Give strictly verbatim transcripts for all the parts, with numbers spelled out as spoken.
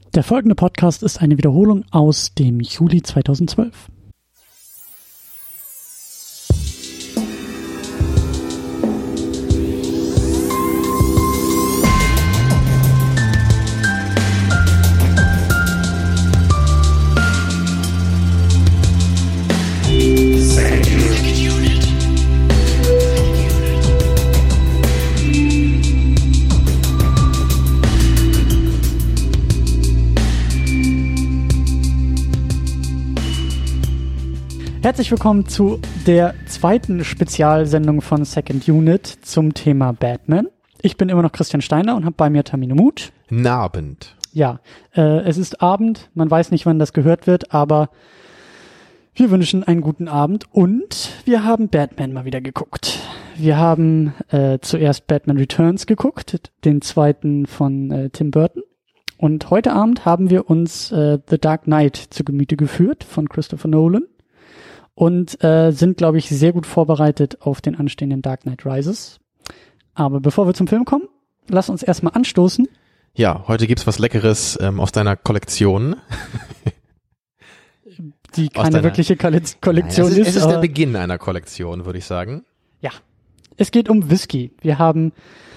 Der folgende Podcast ist eine Wiederholung aus dem Juli zweitausendzwölf. Herzlich willkommen zu der zweiten Spezialsendung von Second Unit zum Thema Batman. Ich bin immer noch Christian Steiner und habe bei mir Tamino Mut. Abend. Ja, äh, es ist Abend. Man weiß nicht, wann das gehört wird, aber wir wünschen einen guten Abend und wir haben Batman mal wieder geguckt. Wir haben äh, zuerst Batman Returns geguckt, den zweiten von äh, Tim Burton. Und heute Abend haben wir uns äh, The Dark Knight zu Gemüte geführt von Christopher Nolan. Und äh, sind, glaube ich, sehr gut vorbereitet auf den anstehenden Dark Knight Rises. Aber bevor wir zum Film kommen, lass uns erstmal anstoßen. Ja, heute gibt's was Leckeres ähm, aus deiner Kollektion. Die keine deiner, wirkliche Kollektion nein, es ist. ist. Es ist der Beginn einer Kollektion, würde ich sagen. Ja, es geht um Whisky. Wir haben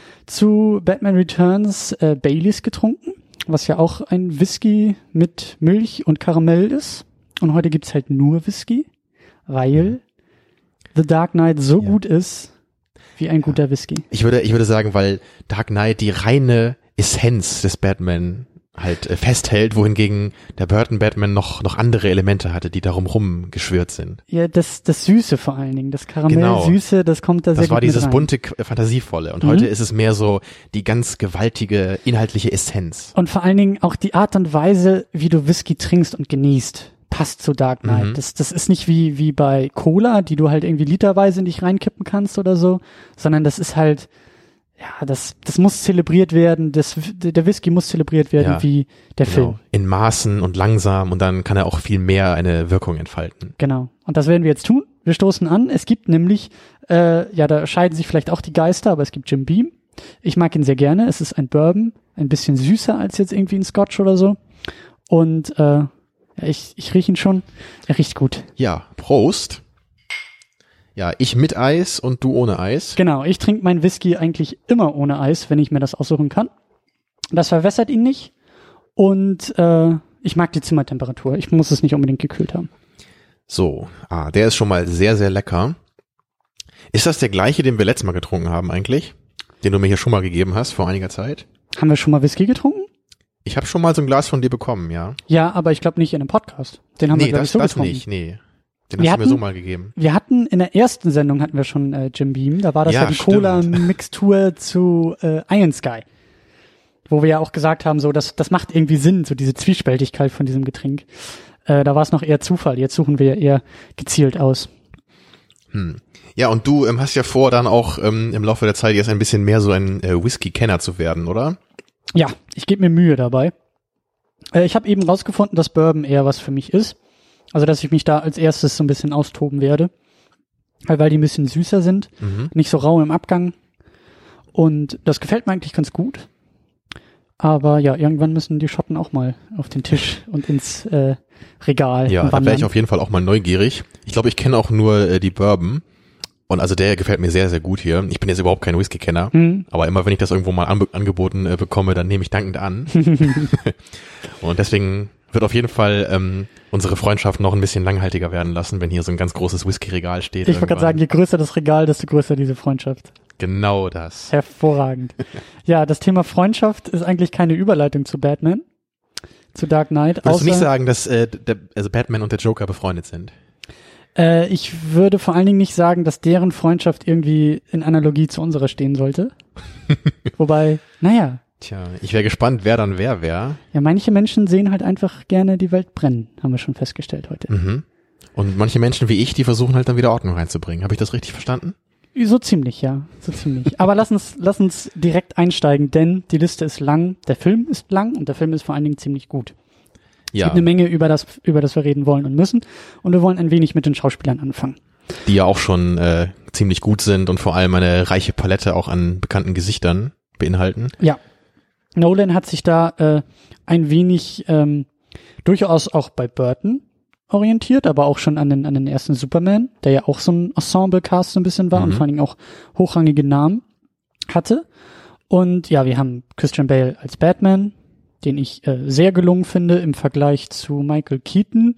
zu Batman Returns äh, Baileys getrunken, was ja auch ein Whisky mit Milch und Karamell ist. Und heute gibt's halt nur Whisky. Weil The Dark Knight so ja. gut ist wie ein guter Whisky. Ich würde, ich würde sagen, weil Dark Knight die reine Essenz des Batman halt äh, festhält, wohingegen der Burton Batman noch noch andere Elemente hatte, die darum rumgeschwört sind. Ja, das das Süße vor allen Dingen, das Karamell-Süße, genau. das kommt da sehr das gut war dieses mit rein. bunte, fantasievolle. Und mhm. heute ist es mehr so die ganz gewaltige inhaltliche Essenz. Und vor allen Dingen auch die Art und Weise, wie du Whisky trinkst und genießt. Passt zu Dark Knight. Mhm. Das, das ist nicht wie, wie bei Cola, die du halt irgendwie literweise in dich reinkippen kannst oder so, sondern das ist halt, ja, das, das muss zelebriert werden, das, der Whisky muss zelebriert werden ja, wie der genau. Film. In Maßen und langsam und dann kann er auch viel mehr eine Wirkung entfalten. Genau. Und das werden wir jetzt tun. Wir stoßen an. Es gibt nämlich, äh, ja, da scheiden sich vielleicht auch die Geister, aber es gibt Jim Beam. Ich mag ihn sehr gerne. Es ist ein Bourbon, ein bisschen süßer als jetzt irgendwie ein Scotch oder so. Und, äh, Ja, ich, ich rieche ihn schon. Er riecht gut. Ja, Prost. Ja, ich mit Eis und du ohne Eis. Genau, ich trinke meinen Whisky eigentlich immer ohne Eis, wenn ich mir das aussuchen kann. Das verwässert ihn nicht. Und äh, ich mag die Zimmertemperatur. Ich muss es nicht unbedingt gekühlt haben. So, ah, der ist schon mal sehr, sehr lecker. Ist das der gleiche, den wir letztes Mal getrunken haben eigentlich? Den du mir hier schon mal gegeben hast, vor einiger Zeit? Haben wir schon mal Whisky getrunken? Ich habe schon mal so ein Glas von dir bekommen, ja. Ja, aber ich glaube nicht in einem Podcast. Den haben nee, wir, glaube ich, so das getrunken. Nee, das nicht, nee. Den wir hast hatten, du mir so mal gegeben. Wir hatten, in der ersten Sendung hatten wir schon äh, Jim Beam. Da war das ja, ja die Cola-Mixtur zu äh, Iron Sky. Wo wir ja auch gesagt haben, so, das, das macht irgendwie Sinn, so diese Zwiespältigkeit von diesem Getränk. Äh, da war es noch eher Zufall. Jetzt suchen wir ja eher gezielt aus. Hm. Ja, und du ähm, hast ja vor, dann auch ähm, im Laufe der Zeit jetzt ein bisschen mehr so ein äh, Whisky-Kenner zu werden, oder? Ja, ich gebe mir Mühe dabei. Äh, ich habe eben rausgefunden, dass Bourbon eher was für mich ist. Also, dass ich mich da als erstes so ein bisschen austoben werde. Weil, weil die ein bisschen süßer sind, mhm. nicht so rau im Abgang. Und das gefällt mir eigentlich ganz gut. Aber ja, irgendwann müssen die Schotten auch mal auf den Tisch und ins äh, Regal ja, wandern. Da wäre ich auf jeden Fall auch mal neugierig. Ich glaube, ich kenne auch nur äh, die Bourbon. Und also der gefällt mir sehr, sehr gut hier. Ich bin jetzt überhaupt kein Whisky-Kenner, mhm. aber immer wenn ich das irgendwo mal anbe- angeboten äh, bekomme, dann nehme ich dankend an. Und deswegen wird auf jeden Fall ähm, unsere Freundschaft noch ein bisschen langhaltiger werden lassen, wenn hier so ein ganz großes Whisky-Regal steht. Ich wollte gerade sagen, je größer das Regal, desto größer diese Freundschaft. Genau das. Hervorragend. Ja, das Thema Freundschaft ist eigentlich keine Überleitung zu Batman, zu Dark Knight. Würdest du nicht sagen, dass äh, der, also Batman und der Joker befreundet sind? Äh, ich würde vor allen Dingen nicht sagen, dass deren Freundschaft irgendwie in Analogie zu unserer stehen sollte. Wobei, naja. Tja, ich wäre gespannt, wer dann wer wäre. Ja, manche Menschen sehen halt einfach gerne die Welt brennen, haben wir schon festgestellt heute. Mhm. Und manche Menschen wie ich, die versuchen halt dann wieder Ordnung reinzubringen. Habe ich das richtig verstanden? So ziemlich, ja. So ziemlich. Aber lass uns, lass uns direkt einsteigen, denn die Liste ist lang, der Film ist lang und der Film ist vor allen Dingen ziemlich gut. Es ja. gibt eine Menge, über das, über das wir reden wollen und müssen. Und wir wollen ein wenig mit den Schauspielern anfangen. Die ja auch schon äh, ziemlich gut sind und vor allem eine reiche Palette auch an bekannten Gesichtern beinhalten. Ja. Nolan hat sich da äh, ein wenig ähm, durchaus auch bei Burton orientiert, aber auch schon an den an den ersten Superman, der ja auch so ein Ensemble-Cast so ein bisschen war mhm. und vor allen Dingen auch hochrangige Namen hatte. Und ja, wir haben Christian Bale als Batman, den ich äh, sehr gelungen finde im Vergleich zu Michael Keaton.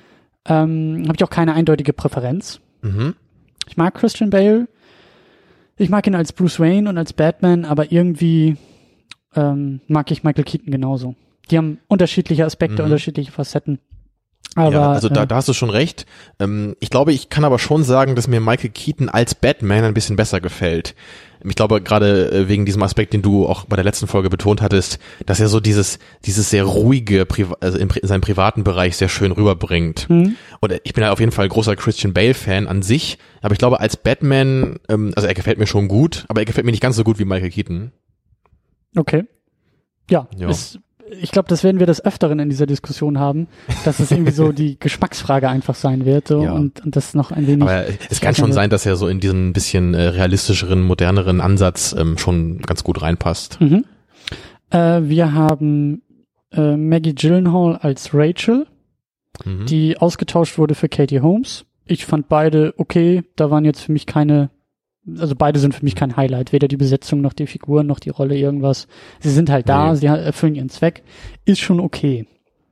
Ähm, habe ich auch keine eindeutige Präferenz. Mhm. Ich mag Christian Bale. Ich mag ihn als Bruce Wayne und als Batman, aber irgendwie ähm, mag ich Michael Keaton genauso. Die haben unterschiedliche Aspekte, mhm. unterschiedliche Facetten. Aber, ja, also da, äh, da hast du schon recht. Ähm, ich glaube, ich kann aber schon sagen, dass mir Michael Keaton als Batman ein bisschen besser gefällt. Ich glaube, gerade äh, wegen diesem Aspekt, den du auch bei der letzten Folge betont hattest, dass er so dieses dieses sehr ruhige, Priva- also in, in seinem privaten Bereich sehr schön rüberbringt. Mhm. Und ich bin halt auf jeden Fall großer Christian Bale-Fan an sich, aber ich glaube, als Batman, ähm, also er gefällt mir schon gut, aber er gefällt mir nicht ganz so gut wie Michael Keaton. Okay. Ja, ist, ich glaube, das werden wir des Öfteren in dieser Diskussion haben, dass es irgendwie so die Geschmacksfrage einfach sein wird so, ja. und, und das noch ein wenig. Aber es kann schon sein, dass er so in diesen bisschen äh, realistischeren, moderneren Ansatz ähm, schon ganz gut reinpasst. Mhm. Äh, wir haben äh, Maggie Gyllenhaal als Rachel, mhm. die ausgetauscht wurde für Katie Holmes. Ich fand beide okay, da waren jetzt für mich keine, also beide sind für mich kein Highlight, weder die Besetzung noch die Figur noch die Rolle, irgendwas. Sie sind halt da, nee. sie erfüllen ihren Zweck, ist schon okay.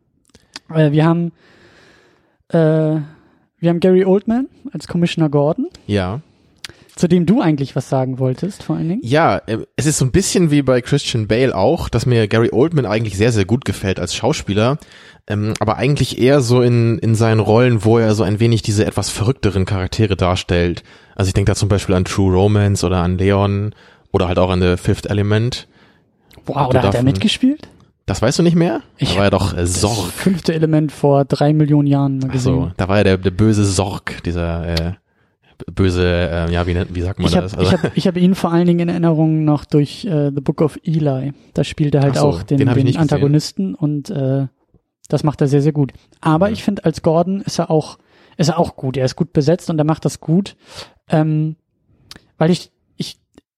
Äh, wir haben äh, wir haben Gary Oldman als Commissioner Gordon. Ja. Zu dem du eigentlich was sagen wolltest, vor allen Dingen. Ja, es ist so ein bisschen wie bei Christian Bale auch, dass mir Gary Oldman eigentlich sehr, sehr gut gefällt als Schauspieler, ähm, aber eigentlich eher so in in seinen Rollen, wo er so ein wenig diese etwas verrückteren Charaktere darstellt. Also ich denke da zum Beispiel an True Romance oder an Leon oder halt auch an The Fifth Element. Wow, da hat er mitgespielt? Das weißt du nicht mehr? Ich da war er doch äh, Sorg. Das fünfte Element vor drei Millionen Jahren mal gesehen. Ach so, da war er der, der böse Sorg, dieser äh, böse, äh, ja, wie, wie sagt man ich hab, das? Also, ich habe ich hab ihn vor allen Dingen in Erinnerung noch durch äh, The Book of Eli. Da spielt er halt so, auch den, den, den Antagonisten und äh, das macht er sehr, sehr gut. Aber ja. ich finde, als Gordon ist er auch ist er auch gut. Er ist gut besetzt und er macht das gut. Ähm, weil ich, ich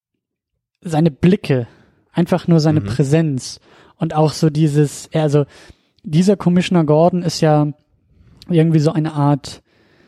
seine Blicke, einfach nur seine mhm. Präsenz und auch so dieses, also dieser Commissioner Gordon ist ja irgendwie so eine Art,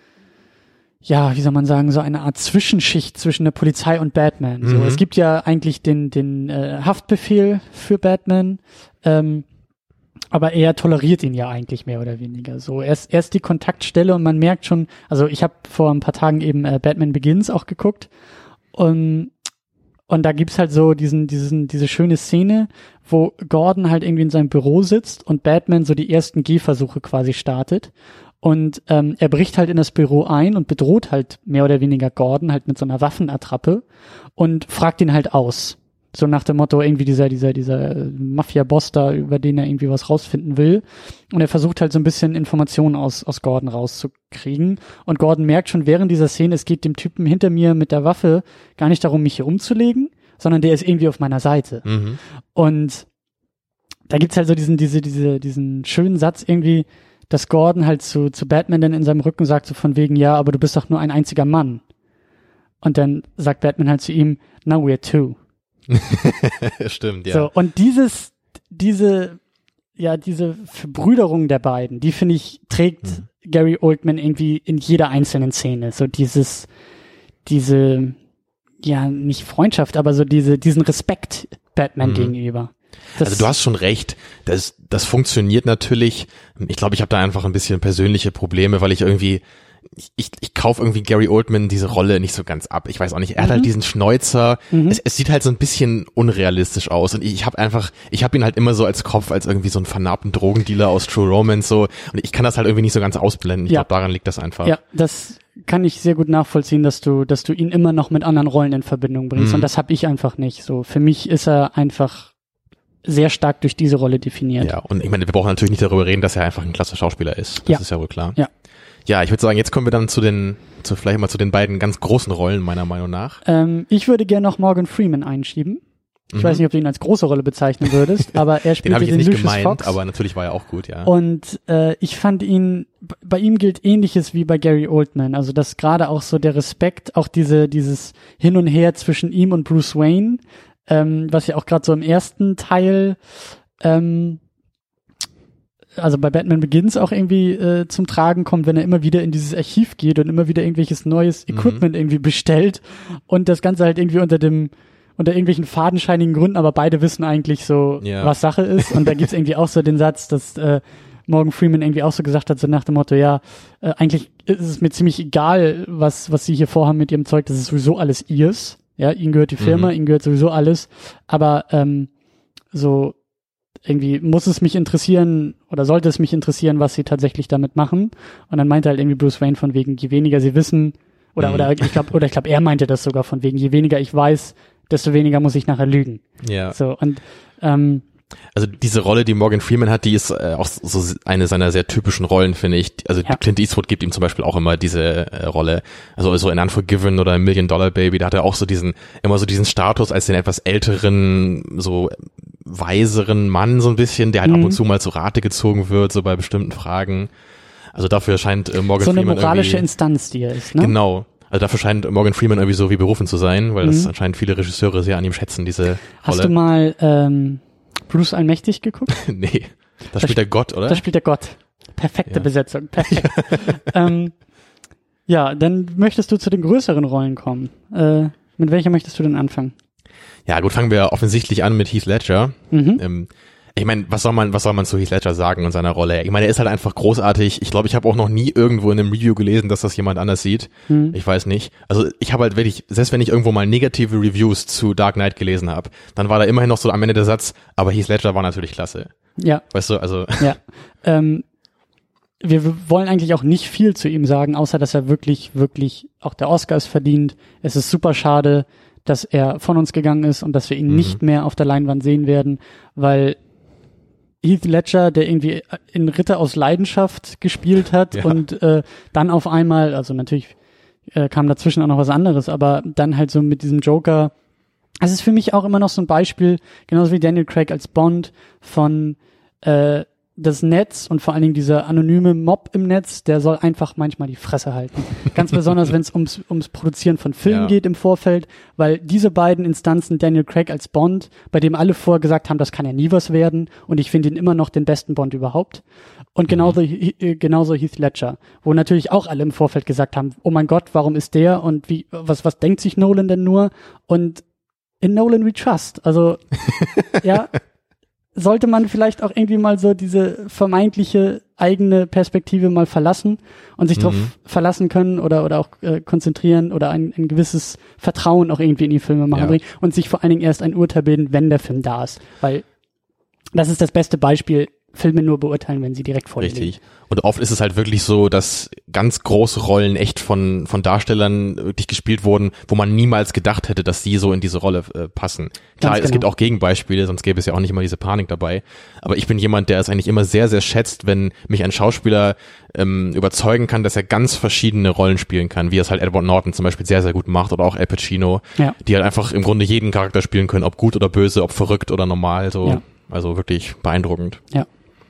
ja, wie soll man sagen, so eine Art Zwischenschicht zwischen der Polizei und Batman. Mhm. So, es gibt ja eigentlich den den äh, Haftbefehl für Batman, ähm, aber er toleriert ihn ja eigentlich mehr oder weniger. So, er ist, er ist die Kontaktstelle und man merkt schon, also ich habe vor ein paar Tagen eben äh, Batman Begins auch geguckt und und da gibt's halt so diesen diesen diese schöne Szene, wo Gordon halt irgendwie in seinem Büro sitzt und Batman so die ersten Gehversuche quasi startet. Und ähm, er bricht halt in das Büro ein und bedroht halt mehr oder weniger Gordon halt mit so einer Waffenattrappe und fragt ihn halt aus. So nach dem Motto, irgendwie dieser, dieser, dieser Mafia-Boss da, über den er irgendwie was rausfinden will. Und er versucht halt so ein bisschen Informationen aus, aus Gordon rauszukriegen. Und Gordon merkt schon während dieser Szene, es geht dem Typen hinter mir mit der Waffe gar nicht darum, mich hier umzulegen, sondern der ist irgendwie auf meiner Seite. Mhm. Und da gibt's halt so diesen, diese, diese, diesen schönen Satz irgendwie, dass Gordon halt zu, zu Batman dann in seinem Rücken sagt, so von wegen, ja, aber du bist doch nur ein einziger Mann. Und dann sagt Batman halt zu ihm, now we're two. Stimmt, ja. So, und dieses, diese, ja, diese Verbrüderung der beiden, die finde ich, trägt mhm. Gary Oldman irgendwie in jeder einzelnen Szene. So dieses, diese, ja, nicht Freundschaft, aber so diese, diesen Respekt Batman mhm. gegenüber. Das also du hast schon recht, das, das funktioniert natürlich. Ich glaube, ich habe da einfach ein bisschen persönliche Probleme, weil ich irgendwie, ich, ich, ich kaufe irgendwie Gary Oldman diese Rolle nicht so ganz ab. Ich weiß auch nicht, er mhm. hat halt diesen Schnäuzer. Mhm. Es, es sieht halt so ein bisschen unrealistisch aus und ich, ich habe einfach, ich habe ihn halt immer so als Kopf, als irgendwie so einen vernarbten Drogendealer aus True Romance so und ich kann das halt irgendwie nicht so ganz ausblenden. Ich ja. glaube, daran liegt das einfach. Ja, das kann ich sehr gut nachvollziehen, dass du, dass du ihn immer noch mit anderen Rollen in Verbindung bringst mhm. und das habe ich einfach nicht. So, für mich ist er einfach sehr stark durch diese Rolle definiert. Ja, und ich meine, wir brauchen natürlich nicht darüber reden, dass er einfach ein klasse Schauspieler ist. Das ja. ist ja wohl klar. Ja. Ja, ich würde sagen, jetzt kommen wir dann zu den, zu vielleicht mal zu den beiden ganz großen Rollen, meiner Meinung nach. Ähm, ich würde gerne noch Morgan Freeman einschieben. Ich mhm. weiß nicht, ob du ihn als große Rolle bezeichnen würdest, aber er spielt den, den Lucius nicht gemeint, Fox. Aber natürlich war er auch gut, ja. Und äh, ich fand ihn, bei ihm gilt Ähnliches wie bei Gary Oldman, also dass gerade auch so der Respekt, auch diese dieses Hin und Her zwischen ihm und Bruce Wayne, ähm, was ja auch gerade so im ersten Teil, ähm, also bei Batman Begins auch irgendwie äh, zum Tragen kommt, wenn er immer wieder in dieses Archiv geht und immer wieder irgendwelches neues Equipment mhm. irgendwie bestellt und das Ganze halt irgendwie unter dem unter irgendwelchen fadenscheinigen Gründen, aber beide wissen eigentlich so, ja. was Sache ist. Und da gibt's irgendwie auch so den Satz, dass äh, Morgan Freeman irgendwie auch so gesagt hat, so nach dem Motto, ja, äh, eigentlich ist es mir ziemlich egal, was was sie hier vorhaben mit ihrem Zeug, das ist sowieso alles ihrs. Ja, ihnen gehört die Firma, mhm. ihnen gehört sowieso alles. Aber ähm, so irgendwie muss es mich interessieren oder sollte es mich interessieren, was sie tatsächlich damit machen. Und dann meinte halt irgendwie Bruce Wayne von wegen, je weniger sie wissen, oder mhm. oder ich glaube, oder ich glaube, er meinte das sogar von wegen, je weniger ich weiß, desto weniger muss ich nachher lügen. Ja. So, und ähm, also diese Rolle, die Morgan Freeman hat, die ist äh, auch so eine seiner sehr typischen Rollen, finde ich. Also ja. Clint Eastwood gibt ihm zum Beispiel auch immer diese äh, Rolle. Also so in Unforgiven oder Million Dollar Baby, da hat er auch so diesen, immer so diesen Status als den etwas älteren, so weiseren Mann so ein bisschen, der halt mhm. ab und zu mal zu Rate gezogen wird, so bei bestimmten Fragen. Also dafür scheint äh, Morgan so eine Freeman moralische Instanz, die er ist, ne? Genau. Also dafür scheint Morgan Freeman irgendwie so wie berufen zu sein, weil mhm. das anscheinend viele Regisseure sehr an ihm schätzen, diese Rolle. Hast du mal ähm, Bruce Allmächtig geguckt? Nee, da spielt der Gott, oder? Da spielt der Gott. Perfekte ja. Besetzung, perfekt. ähm, ja, dann möchtest du zu den größeren Rollen kommen. Äh, mit welcher möchtest du denn anfangen? Ja gut, fangen wir offensichtlich an mit Heath Ledger. Mhm. Ähm, Ich meine, was soll man, was soll man zu Heath Ledger sagen und seiner Rolle? Ich meine, er ist halt einfach großartig. Ich glaube, ich habe auch noch nie irgendwo in einem Review gelesen, dass das jemand anders sieht. Hm. Ich weiß nicht. Also ich habe halt wirklich, selbst wenn ich irgendwo mal negative Reviews zu Dark Knight gelesen habe, dann war da immerhin noch so am Ende der Satz, aber Heath Ledger war natürlich klasse. Ja. Weißt du, also. Ja. ähm, wir wollen eigentlich auch nicht viel zu ihm sagen, außer dass er wirklich, wirklich auch der Oscars verdient. Es ist super schade, dass er von uns gegangen ist und dass wir ihn mhm. nicht mehr auf der Leinwand sehen werden, weil Heath Ledger, der irgendwie in Ritter aus Leidenschaft gespielt hat ja. und äh, dann auf einmal, also natürlich äh, kam dazwischen auch noch was anderes, aber dann halt so mit diesem Joker, es ist für mich auch immer noch so ein Beispiel, genauso wie Daniel Craig als Bond, von äh, das Netz und vor allen Dingen dieser anonyme Mob im Netz, der soll einfach manchmal die Fresse halten. Ganz besonders, wenn es ums, ums Produzieren von Filmen ja. geht im Vorfeld, weil diese beiden Instanzen, Daniel Craig als Bond, bei dem alle vorher gesagt haben, das kann ja nie was werden und ich finde ihn immer noch den besten Bond überhaupt. Und genauso, mhm. genauso Heath Ledger, wo natürlich auch alle im Vorfeld gesagt haben, oh mein Gott, warum ist der und wie, was, was denkt sich Nolan denn nur? Und in Nolan we trust. Also, ja, sollte man vielleicht auch irgendwie mal so diese vermeintliche eigene Perspektive mal verlassen und sich mhm. darauf verlassen können oder oder auch äh, konzentrieren oder ein, ein gewisses Vertrauen auch irgendwie in die Filme machen ja. bringen und sich vor allen Dingen erst ein Urteil bilden, wenn der Film da ist. Weil das ist das beste Beispiel, Filme nur beurteilen, wenn sie direkt vorliegen. Richtig. Und oft ist es halt wirklich so, dass ganz große Rollen echt von von Darstellern wirklich gespielt wurden, wo man niemals gedacht hätte, dass sie so in diese Rolle äh, passen. Klar, ganz es genau. gibt auch Gegenbeispiele, sonst gäbe es ja auch nicht immer diese Panik dabei. Aber ich bin jemand, der es eigentlich immer sehr, sehr schätzt, wenn mich ein Schauspieler ähm, überzeugen kann, dass er ganz verschiedene Rollen spielen kann, wie es halt Edward Norton zum Beispiel sehr, sehr gut macht oder auch Al Pacino, ja. die halt einfach im Grunde jeden Charakter spielen können, ob gut oder böse, ob verrückt oder normal, so. Ja. Also wirklich beeindruckend. Ja.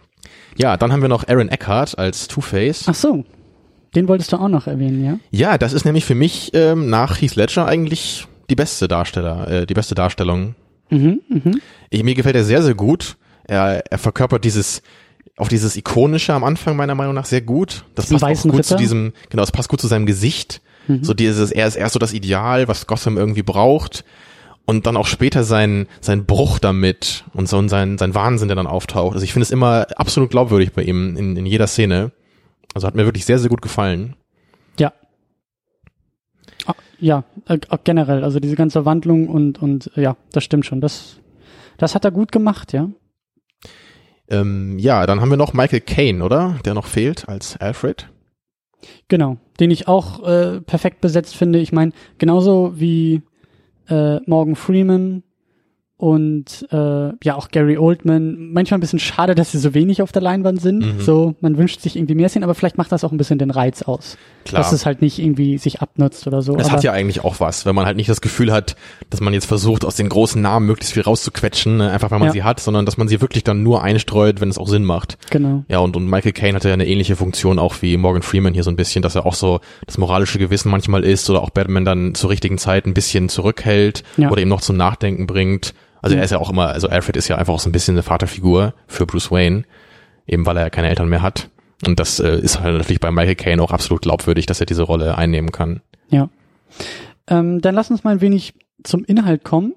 Ja, dann haben wir noch Aaron Eckhart als Two-Face. Ach so, den wolltest du auch noch erwähnen, ja? Ja, das ist nämlich für mich ähm, nach Heath Ledger eigentlich die beste Darsteller, äh, die beste Darstellung. Mhm, mhm. Ich, mir gefällt er sehr, sehr gut. Er, er verkörpert dieses, auch dieses Ikonische am Anfang meiner Meinung nach sehr gut. Das passt auch gut Ritter. zu diesem, genau, das passt gut zu seinem Gesicht. Mhm. So dieses, er ist erst so das Ideal, was Gotham irgendwie braucht. Und dann auch später sein sein Bruch damit und so und sein sein Wahnsinn, der dann auftaucht. Also ich finde es immer absolut glaubwürdig bei ihm in in jeder Szene. Also hat mir wirklich sehr, sehr gut gefallen. Ja. Ja, äh, generell. Also diese ganze Wandlung und und ja, das stimmt schon. Das das hat er gut gemacht, ja. Ähm, ja, dann haben wir noch Michael Caine, oder? Der noch fehlt als Alfred. Genau, den ich auch äh, perfekt besetzt finde. Ich meine, genauso wie Äh, Morgan Freeman und äh, ja auch Gary Oldman. Manchmal ein bisschen schade, dass sie so wenig auf der Leinwand sind. Mhm. So, man wünscht sich irgendwie mehr Szenen, aber vielleicht macht das auch ein bisschen den Reiz aus. Klar. Dass es halt nicht irgendwie sich abnutzt oder so. Es hat ja eigentlich auch was, wenn man halt nicht das Gefühl hat, dass man jetzt versucht, aus den großen Namen möglichst viel rauszuquetschen, ne? Einfach weil man ja. sie hat, sondern dass man sie wirklich dann nur einstreut, wenn es auch Sinn macht. Genau. Ja, und, und Michael Caine hatte ja eine ähnliche Funktion auch wie Morgan Freeman hier so ein bisschen, dass er auch so das moralische Gewissen manchmal ist oder auch Batman dann zur richtigen Zeit ein bisschen zurückhält ja. oder ihm noch zum Nachdenken bringt. Also er ist ja auch immer, also Alfred ist ja einfach auch so ein bisschen eine Vaterfigur für Bruce Wayne, eben weil er ja keine Eltern mehr hat. Und das äh, ist halt natürlich bei Michael Caine auch absolut glaubwürdig, dass er diese Rolle einnehmen kann. Ja. Ähm, dann lass uns mal ein wenig zum Inhalt kommen.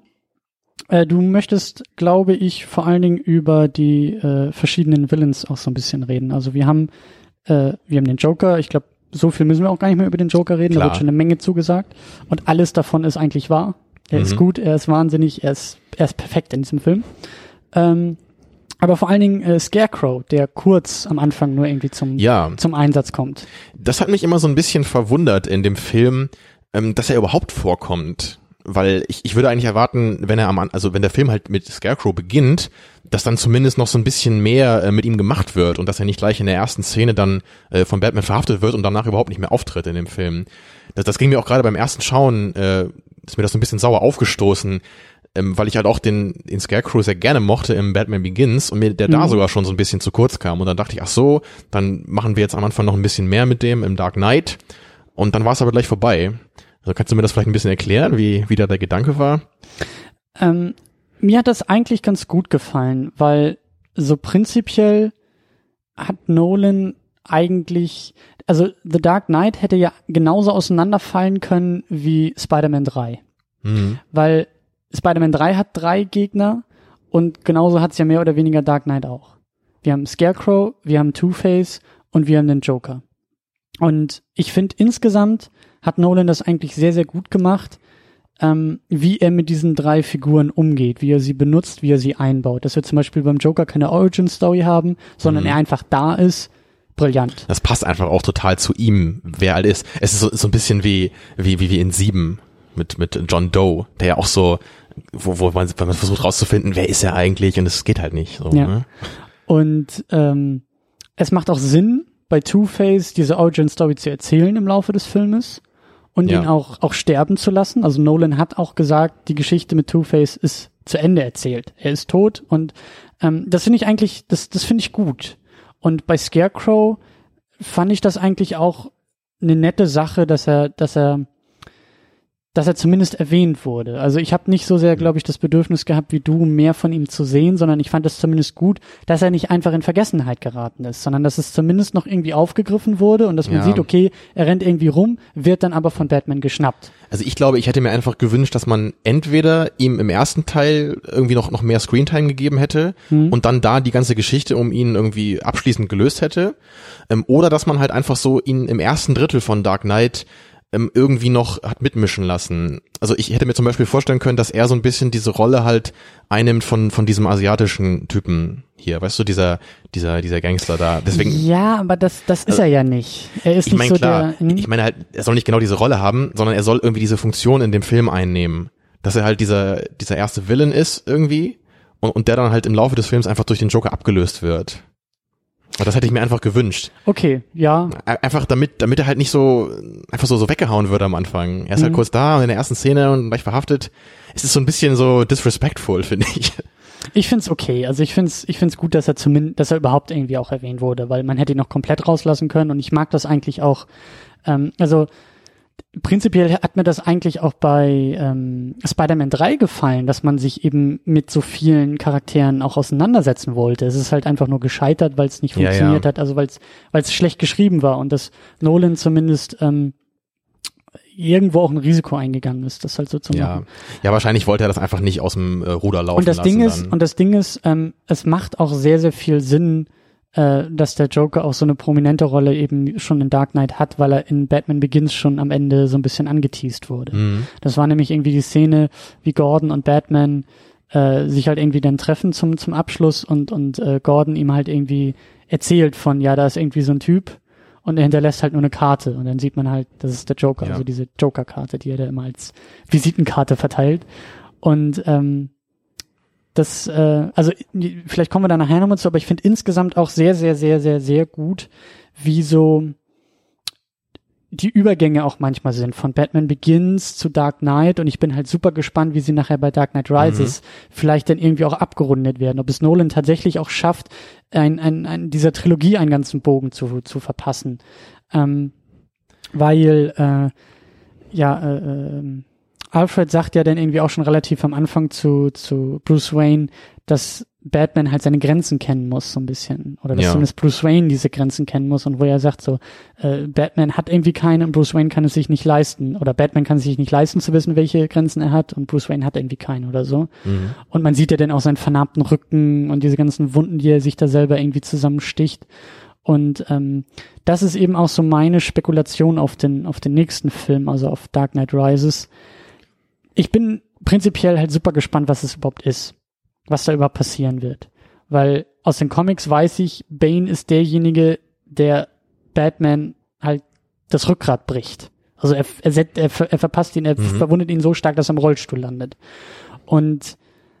Äh, du möchtest, glaube ich, vor allen Dingen über die äh, verschiedenen Villains auch so ein bisschen reden. Also wir haben, äh, wir haben den Joker. Ich glaube, so viel müssen wir auch gar nicht mehr über den Joker reden. Klar. Da wird schon eine Menge zugesagt. Und alles davon ist eigentlich wahr. Er mhm. ist gut, er ist wahnsinnig, er ist, er ist perfekt in diesem Film. Ähm, aber vor allen Dingen äh, Scarecrow, der kurz am Anfang nur irgendwie zum, ja. zum Einsatz kommt. Das hat mich immer so ein bisschen verwundert in dem Film, ähm, dass er überhaupt vorkommt. Weil ich, ich würde eigentlich erwarten, wenn er am, also wenn der Film halt mit Scarecrow beginnt, dass dann zumindest noch so ein bisschen mehr äh, mit ihm gemacht wird und dass er nicht gleich in der ersten Szene dann äh, von Batman verhaftet wird und danach überhaupt nicht mehr auftritt in dem Film. Das, das ging mir auch gerade beim ersten Schauen, äh, ist mir das so ein bisschen sauer aufgestoßen, ähm, weil ich halt auch den, den Scarecrow sehr gerne mochte im Batman Begins und mir der mhm. da sogar schon so ein bisschen zu kurz kam. Und dann dachte ich, ach so, dann machen wir jetzt am Anfang noch ein bisschen mehr mit dem im Dark Knight. Und dann war es aber gleich vorbei. Also kannst du mir das vielleicht ein bisschen erklären, wie, wie da der Gedanke war? Ähm, mir hat das eigentlich ganz gut gefallen, weil so prinzipiell hat Nolan eigentlich, also The Dark Knight hätte ja genauso auseinanderfallen können wie Spider-Man drei. Mhm. Weil Spider-Man drei hat drei Gegner und genauso hat es ja mehr oder weniger Dark Knight auch. Wir haben Scarecrow, wir haben Two-Face und wir haben den Joker. Und ich finde, insgesamt hat Nolan das eigentlich sehr, sehr gut gemacht, ähm, wie er mit diesen drei Figuren umgeht, wie er sie benutzt, wie er sie einbaut. Dass wir zum Beispiel beim Joker keine Origin-Story haben, sondern mhm. er einfach da ist. Brillant. Das passt einfach auch total zu ihm, wer halt ist. Es ist so, so ein bisschen wie, wie, wie, wie in Sieben mit, mit John Doe, der ja auch so, wo, wo man, man versucht rauszufinden, wer ist er eigentlich, und es geht halt nicht. So, ja. Ne? Und ähm, es macht auch Sinn, bei Two-Face diese Origin-Story zu erzählen im Laufe des Filmes und ja. ihn auch, auch sterben zu lassen. Also Nolan hat auch gesagt, die Geschichte mit Two-Face ist zu Ende erzählt. Er ist tot und ähm, das finde ich eigentlich, das, das finde ich gut. Und bei Scarecrow fand ich das eigentlich auch eine nette Sache, dass er, dass er, dass er zumindest erwähnt wurde. Also ich habe nicht so sehr, glaube ich, das Bedürfnis gehabt, wie du, mehr von ihm zu sehen, sondern ich fand es zumindest gut, dass er nicht einfach in Vergessenheit geraten ist, sondern dass es zumindest noch irgendwie aufgegriffen wurde und dass man ja. sieht, okay, er rennt irgendwie rum, wird dann aber von Batman geschnappt. Also ich glaube, ich hätte mir einfach gewünscht, dass man entweder ihm im ersten Teil irgendwie noch noch mehr Screentime gegeben hätte mhm. und dann da die ganze Geschichte um ihn irgendwie abschließend gelöst hätte, ähm, oder dass man halt einfach so ihn im ersten Drittel von Dark Knight ähm, irgendwie noch hat mitmischen lassen. Also ich hätte mir zum Beispiel vorstellen können, dass er so ein bisschen diese Rolle halt einnimmt von von diesem asiatischen Typen hier, weißt du, dieser dieser dieser Gangster da. Deswegen. Ja, aber das das ist also, er ja nicht. Er ist ich nicht mein, so klar, der. Hm? Ich meine halt, er soll nicht genau diese Rolle haben, sondern er soll irgendwie diese Funktion in dem Film einnehmen, dass er halt dieser dieser erste Villain ist irgendwie und und der dann halt im Laufe des Films einfach durch den Joker abgelöst wird. Und das hätte ich mir einfach gewünscht. Okay, ja. Einfach damit, damit er halt nicht so, einfach so, so weggehauen wird am Anfang. Er ist mhm. halt kurz da und in der ersten Szene und gleich verhaftet. Es ist so ein bisschen so disrespectful, finde ich. Ich find's okay. Also ich find's, ich find's gut, dass er zumindest, dass er überhaupt irgendwie auch erwähnt wurde, weil man hätte ihn noch komplett rauslassen können und ich mag das eigentlich auch. Ähm, also, prinzipiell hat mir das eigentlich auch bei ähm, Spider-Man drei gefallen, dass man sich eben mit so vielen Charakteren auch auseinandersetzen wollte. Es ist halt einfach nur gescheitert, weil es nicht funktioniert ja, ja. hat, also weil es weil es schlecht geschrieben war und dass Nolan zumindest ähm, irgendwo auch ein Risiko eingegangen ist, das halt so zu ja. machen. Ja, wahrscheinlich wollte er das einfach nicht aus dem äh, Ruder laufen und das lassen. Ding ist, dann. und das Ding ist, ähm, es macht auch sehr, sehr viel Sinn, äh, dass der Joker auch so eine prominente Rolle eben schon in Dark Knight hat, weil er in Batman Begins schon am Ende so ein bisschen angeteased wurde. Mhm. Das war nämlich irgendwie die Szene, wie Gordon und Batman äh, sich halt irgendwie dann treffen zum zum Abschluss und und äh, Gordon ihm halt irgendwie erzählt von, ja, da ist irgendwie so ein Typ und er hinterlässt halt nur eine Karte und dann sieht man halt, das ist der Joker, ja. also diese Joker-Karte, die er da immer als Visitenkarte verteilt. Und ähm, das, äh, also vielleicht kommen wir da nachher nochmal zu, aber ich finde insgesamt auch sehr, sehr, sehr, sehr, sehr gut, wie so die Übergänge auch manchmal sind, von Batman Begins zu Dark Knight, und ich bin halt super gespannt, wie sie nachher bei Dark Knight Rises mhm. vielleicht dann irgendwie auch abgerundet werden, ob es Nolan tatsächlich auch schafft, ein, ein, ein, dieser Trilogie einen ganzen Bogen zu, zu verpassen. Ähm, weil, äh, ja, äh, äh, Alfred sagt ja dann irgendwie auch schon relativ am Anfang zu, zu Bruce Wayne, dass Batman halt seine Grenzen kennen muss, so ein bisschen. Oder dass ja. zumindest Bruce Wayne diese Grenzen kennen muss, und wo er sagt so, äh, Batman hat irgendwie keine und Bruce Wayne kann es sich nicht leisten. Oder Batman kann es sich nicht leisten zu wissen, welche Grenzen er hat, und Bruce Wayne hat irgendwie keine oder so. Mhm. Und man sieht ja dann auch seinen vernarbten Rücken und diese ganzen Wunden, die er sich da selber irgendwie zusammensticht. Und ähm, das ist eben auch so meine Spekulation auf den, auf den nächsten Film, also auf Dark Knight Rises. Ich bin prinzipiell halt super gespannt, was es überhaupt ist, was da überhaupt passieren wird. Weil aus den Comics weiß ich, Bane ist derjenige, der Batman halt das Rückgrat bricht. Also er, er, er, er verpasst ihn, er mhm. verwundet ihn so stark, dass er im Rollstuhl landet. Und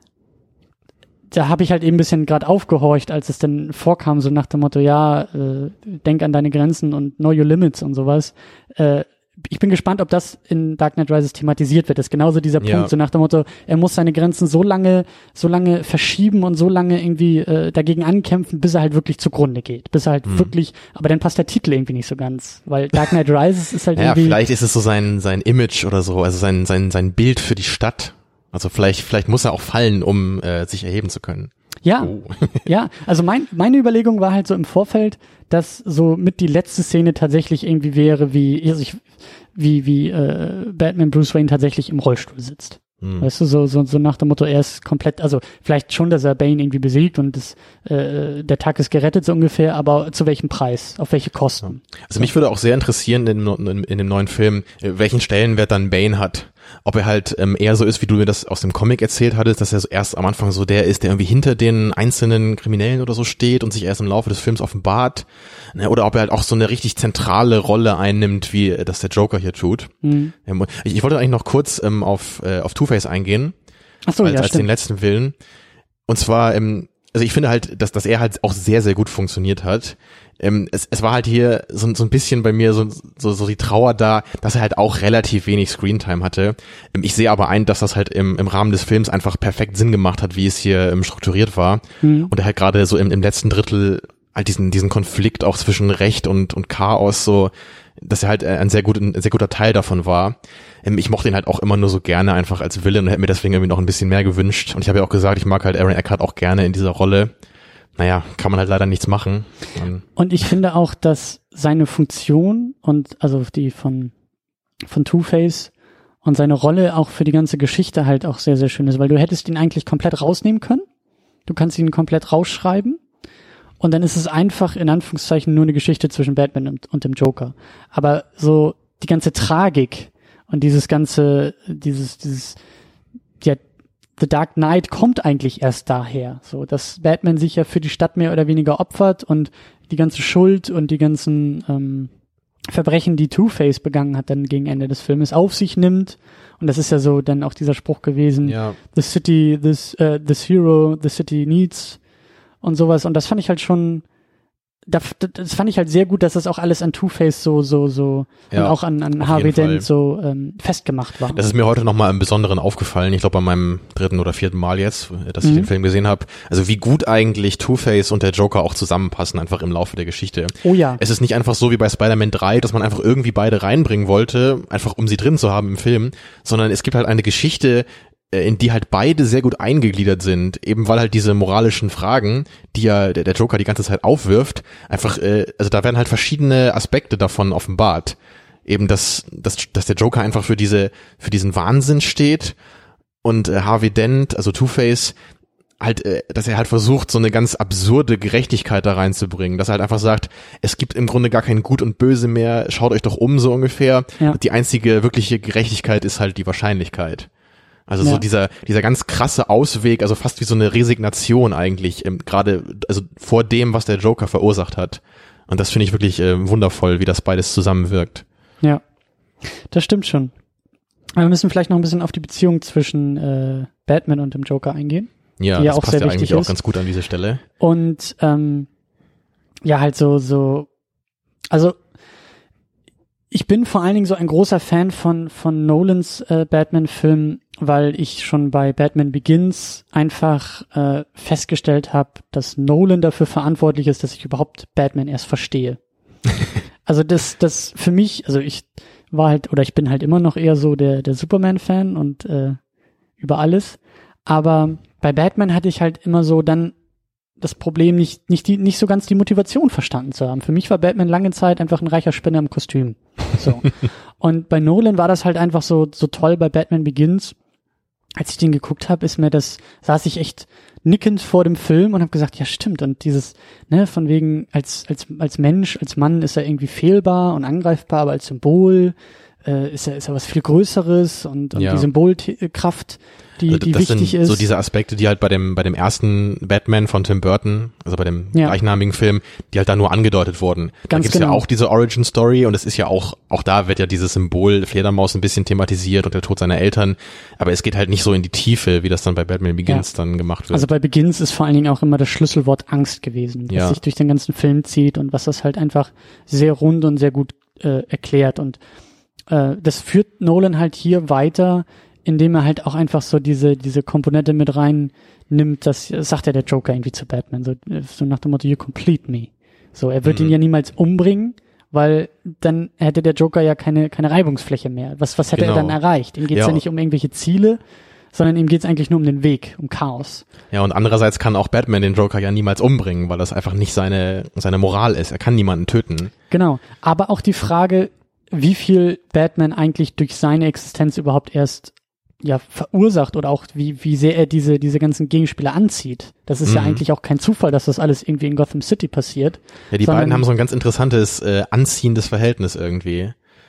da habe ich halt eben ein bisschen gerade aufgehorcht, als es dann vorkam, so nach dem Motto, ja, äh, denk an deine Grenzen und know your limits und sowas. Äh, ich bin gespannt, ob das in Dark Knight Rises thematisiert wird. Das ist genauso dieser Punkt, ja. so nach dem Motto, er muss seine Grenzen so lange, so lange verschieben und so lange irgendwie äh, dagegen ankämpfen, bis er halt wirklich zugrunde geht. Bis er halt mhm. wirklich, aber dann passt der Titel irgendwie nicht so ganz, weil Dark Knight Rises ist halt ja, irgendwie... Ja, vielleicht ist es so sein sein Image oder so, also sein sein sein Bild für die Stadt. Also vielleicht vielleicht muss er auch fallen, um äh, sich erheben zu können. Ja, oh. ja, also mein, meine Überlegung war halt so im Vorfeld, dass so mit die letzte Szene tatsächlich irgendwie wäre, wie also ich, wie wie äh, Batman Bruce Wayne tatsächlich im Rollstuhl sitzt. Hm. Weißt du, so, so so nach dem Motto, er ist komplett, also vielleicht schon, dass er Bane irgendwie besiegt und das, äh, der Tag ist gerettet so ungefähr, aber zu welchem Preis, auf welche Kosten? Also mich würde auch sehr interessieren in, in, in dem neuen Film, welchen Stellenwert dann Bane hat. Ob er halt ähm, eher so ist, wie du mir das aus dem Comic erzählt hattest, dass er so erst am Anfang so der ist, der irgendwie hinter den einzelnen Kriminellen oder so steht und sich erst im Laufe des Films offenbart. Ne, oder ob er halt auch so eine richtig zentrale Rolle einnimmt, wie das der Joker hier tut. Mhm. Ich, ich wollte eigentlich noch kurz ähm, auf, äh, auf Two-Face eingehen. Ach so, als, ja, als stimmt. den letzten Willen. Und zwar, ähm, also ich finde halt, dass, dass er halt auch sehr, sehr gut funktioniert hat. Ähm, es, es war halt hier so, so ein bisschen bei mir so, so, so die Trauer da, dass er halt auch relativ wenig Screentime hatte. Ähm, ich sehe aber ein, dass das halt im, im Rahmen des Films einfach perfekt Sinn gemacht hat, wie es hier ähm, strukturiert war. Mhm. Und er halt gerade so im, im letzten Drittel halt diesen, diesen Konflikt auch zwischen Recht und, und Chaos so, dass er halt ein sehr, gut, ein sehr guter Teil davon war. Ähm, ich mochte ihn halt auch immer nur so gerne einfach als Villain und hätte mir deswegen irgendwie noch ein bisschen mehr gewünscht. Und ich habe ja auch gesagt, ich mag halt Aaron Eckhart auch gerne in dieser Rolle. Naja, kann man halt leider nichts machen. Und, und ich finde auch, dass seine Funktion und also die von von Two-Face und seine Rolle auch für die ganze Geschichte halt auch sehr, sehr schön ist, weil du hättest ihn eigentlich komplett rausnehmen können. Du kannst ihn komplett rausschreiben und dann ist es einfach in Anführungszeichen nur eine Geschichte zwischen Batman und, und dem Joker. Aber so die ganze Tragik und dieses ganze, dieses, dieses, ja, The Dark Knight kommt eigentlich erst daher, so, dass Batman sich ja für die Stadt mehr oder weniger opfert und die ganze Schuld und die ganzen ähm, Verbrechen, die Two-Face begangen hat, dann gegen Ende des Filmes auf sich nimmt. Und das ist ja so dann auch dieser Spruch gewesen, ja. The city, this, uh, this hero, the city needs und sowas. Und das fand ich halt schon, das, das fand ich halt sehr gut, dass das auch alles an Two-Face so, so, so, ja, und auch an, an Harvey Dent so ähm, festgemacht war. Das ist mir heute nochmal im Besonderen aufgefallen, ich glaube bei meinem dritten oder vierten Mal jetzt, dass ich mhm. den Film gesehen habe. Also wie gut eigentlich Two-Face und der Joker auch zusammenpassen, einfach im Laufe der Geschichte. Oh ja. Es ist nicht einfach so wie bei Spider-Man drei, dass man einfach irgendwie beide reinbringen wollte, einfach um sie drin zu haben im Film, sondern es gibt halt eine Geschichte, in die halt beide sehr gut eingegliedert sind, eben weil halt diese moralischen Fragen, die ja der, der Joker die ganze Zeit aufwirft, einfach, äh, also da werden halt verschiedene Aspekte davon offenbart. Eben, dass, dass, dass der Joker einfach für diese, für diesen Wahnsinn steht und äh, Harvey Dent, also Two-Face, halt, äh, dass er halt versucht, so eine ganz absurde Gerechtigkeit da reinzubringen, dass er halt einfach sagt, es gibt im Grunde gar kein Gut und Böse mehr, schaut euch doch um, so ungefähr. Ja. Die einzige wirkliche Gerechtigkeit ist halt die Wahrscheinlichkeit. Also ja. so dieser dieser ganz krasse Ausweg, also fast wie so eine Resignation eigentlich, ähm, gerade also vor dem, was der Joker verursacht hat. Und das finde ich wirklich äh, wundervoll, wie das beides zusammenwirkt. Ja, das stimmt schon. Aber wir müssen vielleicht noch ein bisschen auf die Beziehung zwischen äh, Batman und dem Joker eingehen. Ja, die ja das auch passt sehr ja wichtig eigentlich auch ist. ganz gut an diese Stelle. Und ähm, ja, halt so, so, also ich bin vor allen Dingen so ein großer Fan von von Nolans äh, Batman-Film, weil ich schon bei Batman Begins einfach äh, festgestellt habe, dass Nolan dafür verantwortlich ist, dass ich überhaupt Batman erst verstehe. Also das, das für mich, also ich war halt, oder ich bin halt immer noch eher so der der Superman-Fan und äh, über alles, aber bei Batman hatte ich halt immer so dann das Problem, nicht nicht die nicht so ganz die Motivation verstanden zu haben. Für mich war Batman lange Zeit einfach ein reicher Spinner im Kostüm. So. Und bei Nolan war das halt einfach so so toll bei Batman Begins. Als ich den geguckt habe, ist mir das, saß ich echt nickend vor dem Film und habe gesagt, ja stimmt. Und dieses, ne, von wegen als als als Mensch, als Mann ist er irgendwie fehlbar und angreifbar, aber als Symbol äh, ist er ist er was viel Größeres und, und Ja. die Symbolkraft, die Also die das wichtig sind ist. so diese Aspekte, die halt bei dem bei dem ersten Batman von Tim Burton, also bei dem Ja. gleichnamigen Film, die halt da nur angedeutet wurden. Da Ganz gibt's genau. ja auch diese Origin Story und es ist ja auch auch da wird ja dieses Symbol Fledermaus ein bisschen thematisiert und der Tod seiner Eltern, aber es geht halt nicht so in die Tiefe, wie das dann bei Batman Begins Ja. dann gemacht wird. Also bei Begins ist vor allen Dingen auch immer das Schlüsselwort Angst gewesen, was Ja. sich durch den ganzen Film zieht und was das halt einfach sehr rund und sehr gut äh, erklärt. Und äh, das führt Nolan halt hier weiter, indem er halt auch einfach so diese diese Komponente mit rein nimmt, das sagt ja der Joker irgendwie zu Batman, so, so nach dem Motto, you complete me. So, er wird Mhm. ihn ja niemals umbringen, weil dann hätte der Joker ja keine keine Reibungsfläche mehr. Was was hätte Genau. er dann erreicht? Ihm geht's ja. Ja. ja nicht um irgendwelche Ziele, sondern ihm geht's eigentlich nur um den Weg, um Chaos. Ja, und andererseits kann auch Batman den Joker ja niemals umbringen, weil das einfach nicht seine seine Moral ist. Er kann niemanden töten. Genau. Aber auch die Frage, wie viel Batman eigentlich durch seine Existenz überhaupt erst ja verursacht oder auch wie wie sehr er diese diese ganzen Gegenspieler anzieht. Das ist Mhm. ja eigentlich auch kein Zufall, dass das alles irgendwie in Gotham City passiert. Ja, die sondern- beiden haben so ein ganz interessantes, äh, anziehendes Verhältnis irgendwie.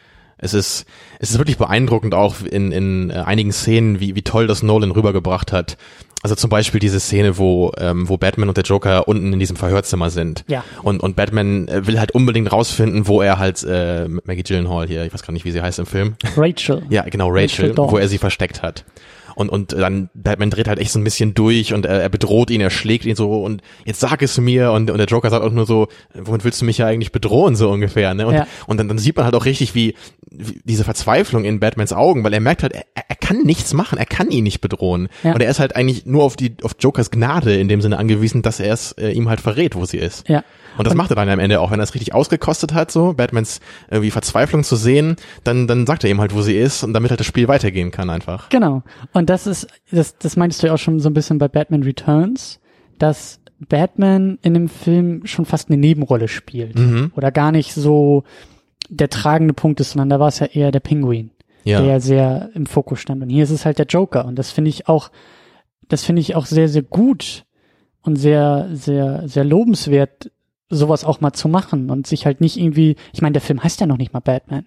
Es ist, es ist wirklich beeindruckend auch in, in äh, einigen Szenen, wie, wie toll das Nolan rübergebracht hat. Also zum Beispiel diese Szene, wo, ähm, wo Batman und der Joker unten in diesem Verhörzimmer sind. Ja. Und, und Batman äh, will halt unbedingt rausfinden, wo er halt, äh, Maggie Gyllenhaal hier, ich weiß gar nicht, wie sie heißt im Film. Rachel. Ja, genau, Rachel, Rachel Dawes. wo er sie versteckt hat. Und, und dann, Batman dreht halt echt so ein bisschen durch und er, er bedroht ihn, er schlägt ihn so und jetzt sag es mir und, und der Joker sagt auch nur so, womit willst du mich ja eigentlich bedrohen, so ungefähr, ne? Und, Ja. und dann, dann sieht man halt auch richtig, wie, wie diese Verzweiflung in Batmans Augen, weil er merkt halt, er, er kann nichts machen, er kann ihn nicht bedrohen. Ja. Und er ist halt eigentlich nur auf die, auf Jokers Gnade in dem Sinne angewiesen, dass er es äh, ihm halt verrät, wo sie ist. Ja. Und das macht er dann am Ende auch, wenn er es richtig ausgekostet hat, so Batmans irgendwie Verzweiflung zu sehen, dann dann sagt er ihm halt, wo sie ist und damit halt das Spiel weitergehen kann einfach. Genau. Und das ist, das, das meintest du ja auch schon so ein bisschen bei Batman Returns, dass Batman in dem Film schon fast eine Nebenrolle spielt. Mhm. Oder gar nicht so der tragende Punkt ist, sondern da war es ja eher der Pinguin, Ja. der sehr im Fokus stand. Und hier ist es halt der Joker. Und das finde ich auch, das finde ich auch sehr, sehr gut und sehr, sehr, sehr lobenswert, sowas auch mal zu machen und sich halt nicht irgendwie, ich meine, der Film heißt ja noch nicht mal Batman.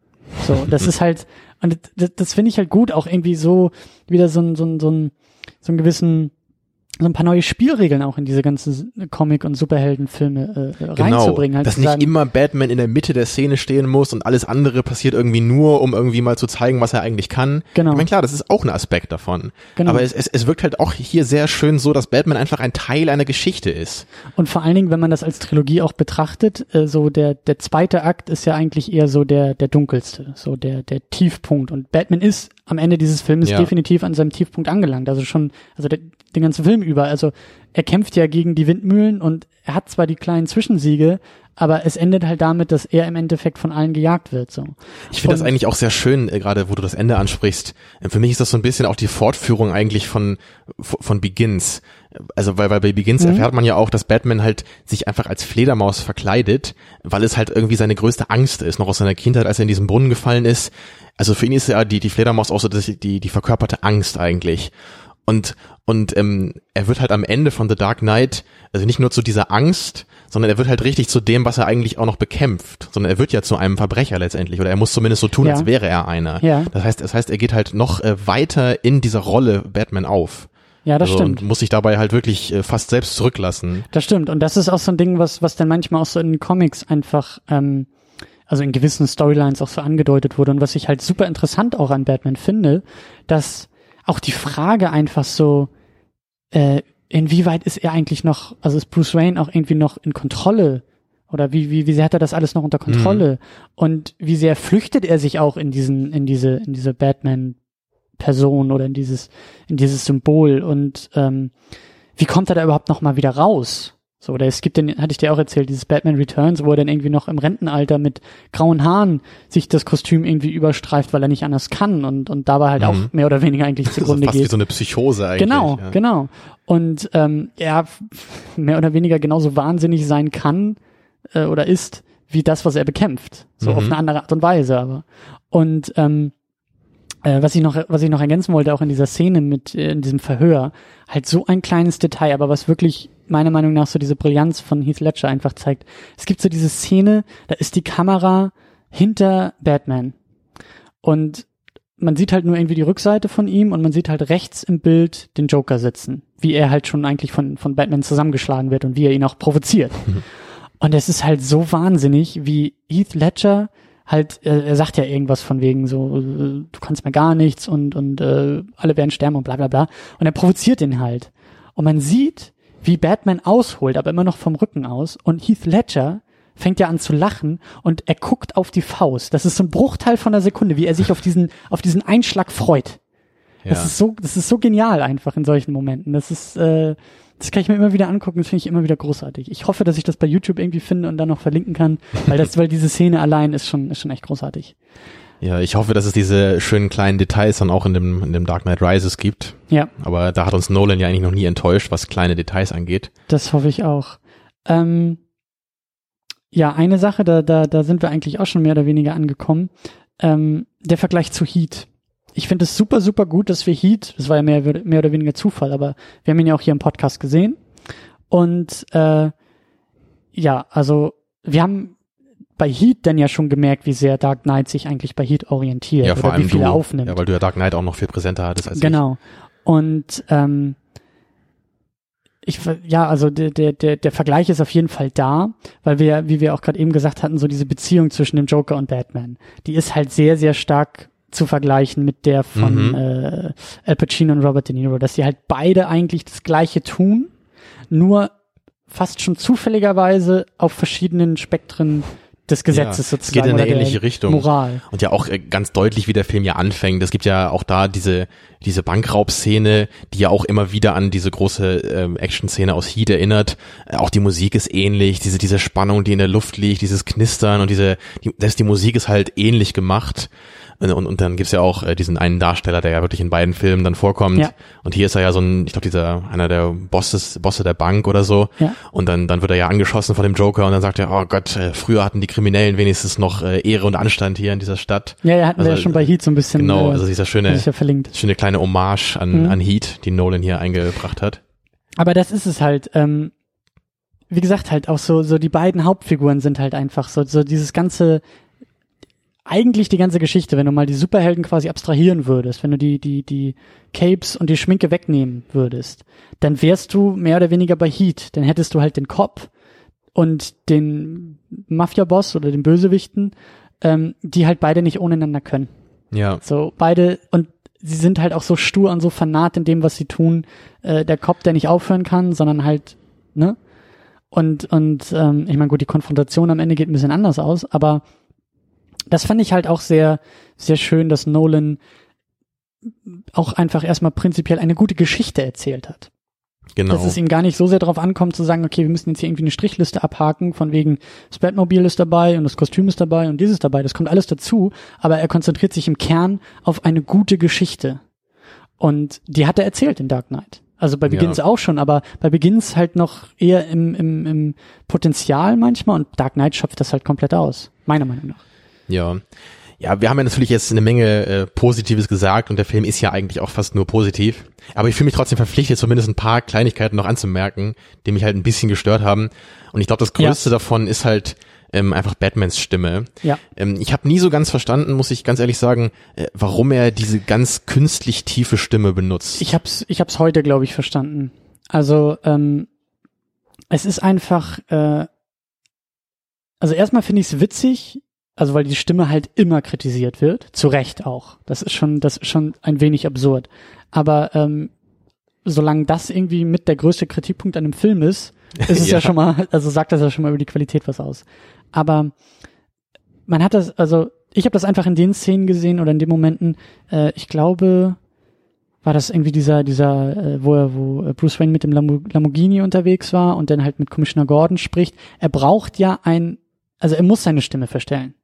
So, das ist halt, und das, das finde ich halt gut, auch irgendwie so wieder so ein, so ein, so ein, so einen gewissen, so ein paar neue Spielregeln auch in diese ganzen Comic- und Superheldenfilme äh, reinzubringen. Halt dass zu nicht sagen, immer Batman in der Mitte der Szene stehen muss und alles andere passiert irgendwie nur, um irgendwie mal zu zeigen, was er eigentlich kann. Genau. Ich meine, klar, das ist auch ein Aspekt davon. Genau. Aber es, es, es wirkt halt auch hier sehr schön so, dass Batman einfach ein Teil einer Geschichte ist. Und vor allen Dingen, wenn man das als Trilogie auch betrachtet, äh, so der der zweite Akt ist ja eigentlich eher so der der dunkelste, so der der Tiefpunkt. Und Batman ist am Ende dieses Films Ja. definitiv an seinem Tiefpunkt angelangt. Also schon, also der, den ganzen Film über. Also er kämpft ja gegen die Windmühlen und er hat zwar die kleinen Zwischensiege, aber es endet halt damit, dass er im Endeffekt von allen gejagt wird. So. Ich finde das Und- eigentlich auch sehr schön, äh, gerade wo du das Ende ansprichst. Äh, Für mich ist das so ein bisschen auch die Fortführung eigentlich von von Begins. Also weil, weil bei Begins Mhm. erfährt man ja auch, dass Batman halt sich einfach als Fledermaus verkleidet, weil es halt irgendwie seine größte Angst ist, noch aus seiner Kindheit, als er in diesen Brunnen gefallen ist. Also für ihn ist ja die die Fledermaus auch so das, die die verkörperte Angst eigentlich. Und und ähm, er wird halt am Ende von The Dark Knight, also nicht nur zu dieser Angst, sondern er wird halt richtig zu dem, was er eigentlich auch noch bekämpft, sondern er wird ja zu einem Verbrecher letztendlich, oder er muss zumindest so tun, Ja. als wäre er einer. Ja. Das heißt, das heißt, er geht halt noch äh, weiter in dieser Rolle Batman auf. Ja, das also, stimmt. Und muss sich dabei halt wirklich äh, fast selbst zurücklassen. Das stimmt. Und das ist auch so ein Ding, was, was dann manchmal auch so in den Comics einfach, ähm, also in gewissen Storylines auch so angedeutet wurde und was ich halt super interessant auch an Batman finde, dass auch die Frage einfach so, äh, inwieweit ist er eigentlich noch, also ist Bruce Wayne auch irgendwie noch in Kontrolle? Oder wie, wie, wie sehr hat er das alles noch unter Kontrolle? Mhm. Und wie sehr flüchtet er sich auch in diesen, in diese, in diese Batman-Person oder in dieses, in dieses Symbol? Und ähm, wie kommt er da überhaupt noch mal wieder raus? So, oder es gibt den, hatte ich dir auch erzählt, dieses Batman Returns, wo er dann irgendwie noch im Rentenalter mit grauen Haaren sich das Kostüm irgendwie überstreift, weil er nicht anders kann und und dabei halt mhm. auch mehr oder weniger eigentlich zugrunde fast geht. Wie so eine Psychose eigentlich. Genau, ja. genau. Und ähm, er mehr oder weniger genauso wahnsinnig sein kann äh, oder ist, wie das, was er bekämpft. So mhm. auf eine andere Art und Weise aber. Und ähm, Äh, was ich noch, was ich noch ergänzen wollte, auch in dieser Szene mit, äh, in diesem Verhör, halt so ein kleines Detail, aber was wirklich meiner Meinung nach so diese Brillanz von Heath Ledger einfach zeigt. Es gibt so diese Szene, da ist die Kamera hinter Batman und man sieht halt nur irgendwie die Rückseite von ihm und man sieht halt rechts im Bild den Joker sitzen, wie er halt schon eigentlich von, von Batman zusammengeschlagen wird und wie er ihn auch provoziert. Mhm. Und es ist halt so wahnsinnig, wie Heath Ledger halt, er, er sagt ja irgendwas von wegen so, äh, du kannst mir gar nichts und und äh, alle werden sterben und bla bla bla. Und er provoziert ihn halt. Und man sieht, wie Batman ausholt, aber immer noch vom Rücken aus. Und Heath Ledger fängt ja an zu lachen und er guckt auf die Faust. Das ist so ein Bruchteil von einer Sekunde, wie er sich auf diesen auf diesen Einschlag freut. Ja. Das ist so, das ist so genial einfach in solchen Momenten. Das ist äh, Das kann ich mir immer wieder angucken, das finde ich immer wieder großartig. Ich hoffe, dass ich das bei YouTube irgendwie finde und dann noch verlinken kann, weil das, weil diese Szene allein ist schon, ist schon echt großartig. Ja, ich hoffe, dass es diese schönen kleinen Details dann auch in dem, in dem Dark Knight Rises gibt. Ja. Aber da hat uns Nolan ja eigentlich noch nie enttäuscht, was kleine Details angeht. Das hoffe ich auch. Ähm, ja, eine Sache, da, da, da sind wir eigentlich auch schon mehr oder weniger angekommen. Ähm, der Vergleich zu Heat. Ich finde es super, super gut, dass wir Heat, das war ja mehr, mehr oder weniger Zufall, aber wir haben ihn ja auch hier im Podcast gesehen. Und äh, ja, also wir haben bei Heat dann ja schon gemerkt, wie sehr Dark Knight sich eigentlich bei Heat orientiert ja, vor oder allem wie viel du, er aufnimmt. Ja, weil du ja Dark Knight auch noch viel präsenter hattest als genau. ich. Genau. Und ähm, ich, ja, also der, der, der, der Vergleich ist auf jeden Fall da, weil wir, wie wir auch gerade eben gesagt hatten, so diese Beziehung zwischen dem Joker und Batman, die ist halt sehr, sehr stark zu vergleichen mit der von mhm. äh, Al Pacino und Robert De Niro, dass die halt beide eigentlich das Gleiche tun, nur fast schon zufälligerweise auf verschiedenen Spektren des Gesetzes ja, sozusagen. Es geht in eine ähnliche Richtung. Moral. Und ja auch ganz deutlich, wie der Film ja anfängt. Es gibt ja auch da diese diese Bankraubszene, die ja auch immer wieder an diese große ähm, Action-Szene aus Heat erinnert. Äh, auch die Musik ist ähnlich, diese diese Spannung, die in der Luft liegt, dieses Knistern und diese, die, selbst die Musik ist halt ähnlich gemacht. Und, und dann gibt's ja auch äh, diesen einen Darsteller, der ja wirklich in beiden Filmen dann vorkommt. Ja. Und hier ist er ja so ein, ich glaube, dieser, einer der Bosses, Bosse der Bank oder so. Ja. Und dann, dann wird er ja angeschossen von dem Joker und dann sagt er, oh Gott, äh, früher hatten die Kriminellen wenigstens noch äh, Ehre und Anstand hier in dieser Stadt. Ja, ja, hatten also, wir ja schon bei Heat so ein bisschen. Genau, also dieser schöne, ja verlinkt. schöne kleine Hommage an, mhm. an Heat, die Nolan hier eingebracht hat. Aber das ist es halt, ähm, wie gesagt, halt auch so, so die beiden Hauptfiguren sind halt einfach so, so dieses ganze, eigentlich die ganze Geschichte, wenn du mal die Superhelden quasi abstrahieren würdest, wenn du die, die, die Capes und die Schminke wegnehmen würdest, dann wärst du mehr oder weniger bei Heat. Dann hättest du halt den Cop und den Mafia-Boss oder den Bösewichten, ähm, die halt beide nicht ohne einander können. Ja. So, beide, und sie sind halt auch so stur und so fanat in dem, was sie tun. Äh, der Cop, der nicht aufhören kann, sondern halt, ne? Und, und, ähm, ich meine, gut, die Konfrontation am Ende geht ein bisschen anders aus, aber das fand ich halt auch sehr, sehr schön, dass Nolan auch einfach erstmal prinzipiell eine gute Geschichte erzählt hat. Genau. Dass es ihm gar nicht so sehr darauf ankommt zu sagen, okay, wir müssen jetzt hier irgendwie eine Strichliste abhaken, von wegen das Batmobil ist dabei und das Kostüm ist dabei und dieses dabei, das kommt alles dazu, aber er konzentriert sich im Kern auf eine gute Geschichte. Und die hat er erzählt in Dark Knight. Also bei Begins ja. auch schon, aber bei Begins halt noch eher im, im, im Potenzial manchmal und Dark Knight schöpft das halt komplett aus, meiner Meinung nach. Ja, ja, wir haben ja natürlich jetzt eine Menge äh, Positives gesagt und der Film ist ja eigentlich auch fast nur positiv. Aber ich fühle mich trotzdem verpflichtet, zumindest ein paar Kleinigkeiten noch anzumerken, die mich halt ein bisschen gestört haben. Und ich glaube, das Größte ja. davon ist halt ähm, einfach Batmans Stimme. Ja. Ähm, ich habe nie so ganz verstanden, muss ich ganz ehrlich sagen, äh, warum er diese ganz künstlich tiefe Stimme benutzt. Ich hab's, ich hab's heute, glaube ich, verstanden. Also ähm, es ist einfach, äh, also erstmal finde ich es witzig. Also weil die Stimme halt immer kritisiert wird, zu Recht auch. Das ist schon, das ist schon ein wenig absurd. Aber ähm, solange das irgendwie mit der größte Kritikpunkt an dem Film ist, ist es ja. ja schon mal, also sagt das ja schon mal über die Qualität was aus. Aber man hat das, also ich habe das einfach in den Szenen gesehen oder in den Momenten, äh, ich glaube, war das irgendwie dieser, dieser, äh, wo er, wo Bruce Wayne mit dem Lam- Lamborghini unterwegs war und dann halt mit Commissioner Gordon spricht. Er braucht ja ein, also er muss seine Stimme verstellen.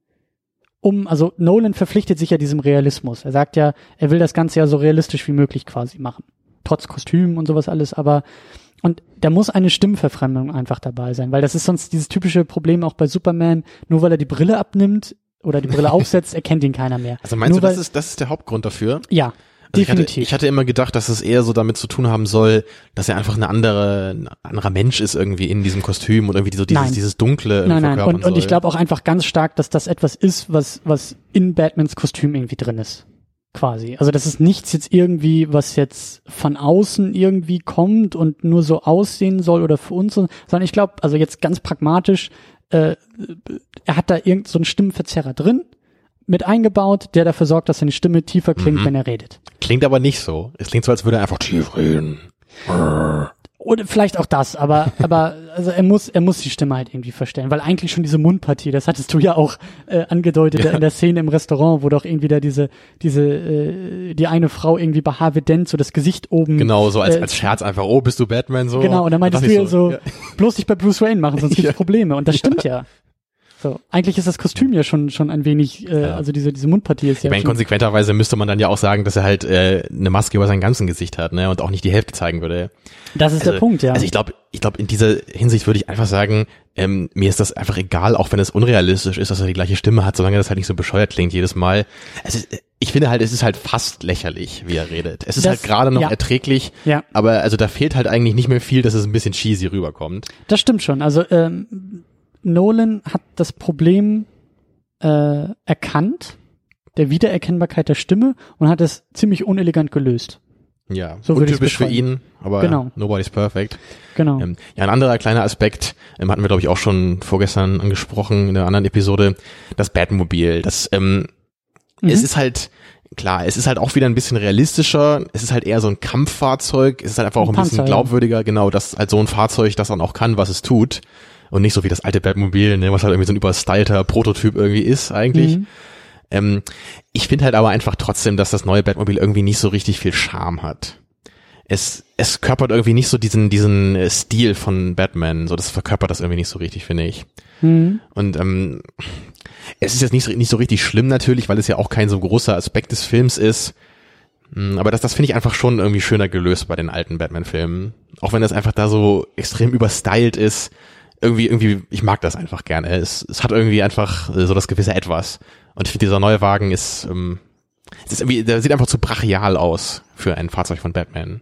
Um, also Nolan verpflichtet sich ja diesem Realismus. Er sagt ja, er will das Ganze ja so realistisch wie möglich quasi machen. Trotz Kostüm und sowas alles, aber und da muss eine Stimmverfremdung einfach dabei sein, weil das ist sonst dieses typische Problem auch bei Superman, nur weil er die Brille abnimmt oder die Brille aufsetzt, erkennt ihn keiner mehr. Also meinst nur du, weil, das ist, das ist der Hauptgrund dafür? Ja, also definitiv. Ich hatte, ich hatte immer gedacht, dass es eher so damit zu tun haben soll, dass er einfach eine andere, ein anderer Mensch ist irgendwie in diesem Kostüm und irgendwie so dieses, nein. dieses Dunkle Nein, nein, und, soll. und ich glaube auch einfach ganz stark, dass das etwas ist, was, was in Batmans Kostüm irgendwie drin ist. Quasi. Also das ist nichts jetzt irgendwie, was jetzt von außen irgendwie kommt und nur so aussehen soll oder für uns, sondern ich glaube, also jetzt ganz pragmatisch, äh, er hat da irgend so einen Stimmenverzerrer drin, mit eingebaut, der dafür sorgt, dass seine Stimme tiefer klingt, mhm. wenn er redet. Klingt aber nicht so. Es klingt so, als würde er einfach tief reden. Oder vielleicht auch das, aber aber also er muss er muss die Stimme halt irgendwie verstellen, weil eigentlich schon diese Mundpartie, das hattest du ja auch äh, angedeutet ja. in der Szene im Restaurant, wo doch irgendwie da diese diese äh, die eine Frau irgendwie bei Harvey Dent so das Gesicht oben genau so als äh, als Scherz einfach, oh, bist du Batman so? Genau, und dann meintest du ja so, ja. bloß nicht bei Bruce Wayne machen, sonst gibt's ja. Probleme und das stimmt ja. So, eigentlich ist das Kostüm ja schon schon ein wenig, äh, ja. also diese diese Mundpartie ist ja. Ich meine, konsequenterweise müsste man dann ja auch sagen, dass er halt äh, eine Maske über sein ganzes Gesicht hat, ne, und auch nicht die Hälfte zeigen würde. Das ist also, der Punkt, ja. Also ich glaube, ich glaube in dieser Hinsicht würde ich einfach sagen, ähm, mir ist das einfach egal, auch wenn es unrealistisch ist, dass er die gleiche Stimme hat, solange das halt nicht so bescheuert klingt jedes Mal. Also ich finde halt, es ist halt fast lächerlich, wie er redet. Es ist das, halt gerade noch ja. erträglich, ja. aber also da fehlt halt eigentlich nicht mehr viel, dass es ein bisschen cheesy rüberkommt. Das stimmt schon. Also ähm, Nolan hat das Problem äh, erkannt, der Wiedererkennbarkeit der Stimme, und hat es ziemlich unelegant gelöst. Ja, so untypisch für ihn, aber genau. nobody's perfect. Genau. Ähm, ja, ein anderer kleiner Aspekt, ähm, hatten wir glaube ich auch schon vorgestern angesprochen in einer anderen Episode, das Batmobil. Das, ähm, mhm. es ist halt, klar, es ist halt auch wieder ein bisschen realistischer, es ist halt eher so ein Kampffahrzeug, es ist halt einfach auch ein, ein Panzer, bisschen glaubwürdiger, ja. genau, dass halt so ein Fahrzeug das dann auch kann, was es tut. Und nicht so wie das alte Batmobil, ne, was halt irgendwie so ein überstylter Prototyp irgendwie ist eigentlich. Mhm. Ähm, ich finde halt aber einfach trotzdem, dass das neue Batmobil irgendwie nicht so richtig viel Charme hat. Es es körpert irgendwie nicht so diesen diesen Stil von Batman, so das verkörpert das irgendwie nicht so richtig, finde ich. Mhm. Und ähm, es ist jetzt nicht so, nicht so richtig schlimm natürlich, weil es ja auch kein so großer Aspekt des Films ist. Aber das, das finde ich einfach schon irgendwie schöner gelöst bei den alten Batman-Filmen. Auch wenn das einfach da so extrem überstylt ist. Irgendwie, irgendwie, ich mag das einfach gerne. Es, es hat irgendwie einfach so das gewisse Etwas. Und ich finde, dieser neue Wagen ist, ähm, es ist irgendwie, der sieht einfach zu brachial aus für ein Fahrzeug von Batman.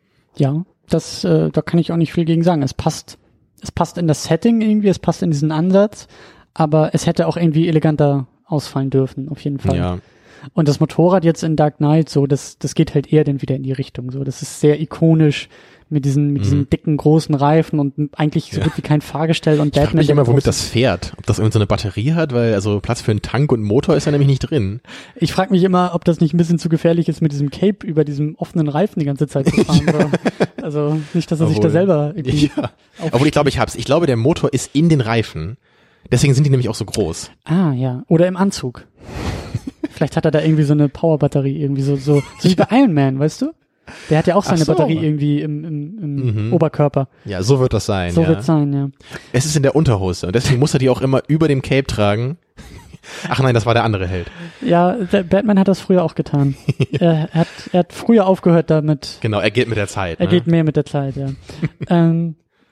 Ja, das, äh, da kann ich auch nicht viel gegen sagen. Es passt, es passt in das Setting irgendwie, es passt in diesen Ansatz, aber es hätte auch irgendwie eleganter ausfallen dürfen, auf jeden Fall. Ja. Und das Motorrad jetzt in Dark Knight, so, das, das geht halt eher dann wieder in die Richtung, so. Das ist sehr ikonisch mit diesen, mit mhm. diesen dicken, großen Reifen und eigentlich so ja. gut wie kein Fahrgestell und ich Batman. Ich frage mich immer, womit das fährt. Ob das irgendwie so eine Batterie hat, weil also Platz für einen Tank und einen Motor ist ja nämlich nicht drin. Ich frage mich immer, ob das nicht ein bisschen zu gefährlich ist, mit diesem Cape über diesem offenen Reifen die ganze Zeit zu fahren. ja. Also nicht, dass er Obwohl, sich da selber irgendwie ja. Obwohl ich glaube, ich hab's. Ich glaube, der Motor ist in den Reifen. Deswegen sind die nämlich auch so groß. Ah, ja. Oder im Anzug. Vielleicht hat er da irgendwie so eine Powerbatterie, irgendwie so, so, so wie bei Iron Man, weißt du? Der hat ja auch seine so. Batterie irgendwie im, im, im mhm. Oberkörper. Ja, so wird das sein. So ja. wird es sein, ja. Es ist in der Unterhose und deswegen muss er die auch immer über dem Cape tragen. Ach nein, das war der andere Held. Ja, der Batman hat das früher auch getan. ja. er, hat, er hat früher aufgehört damit. Genau, er geht mit der Zeit. Er ne? geht mehr mit der Zeit, ja. ähm,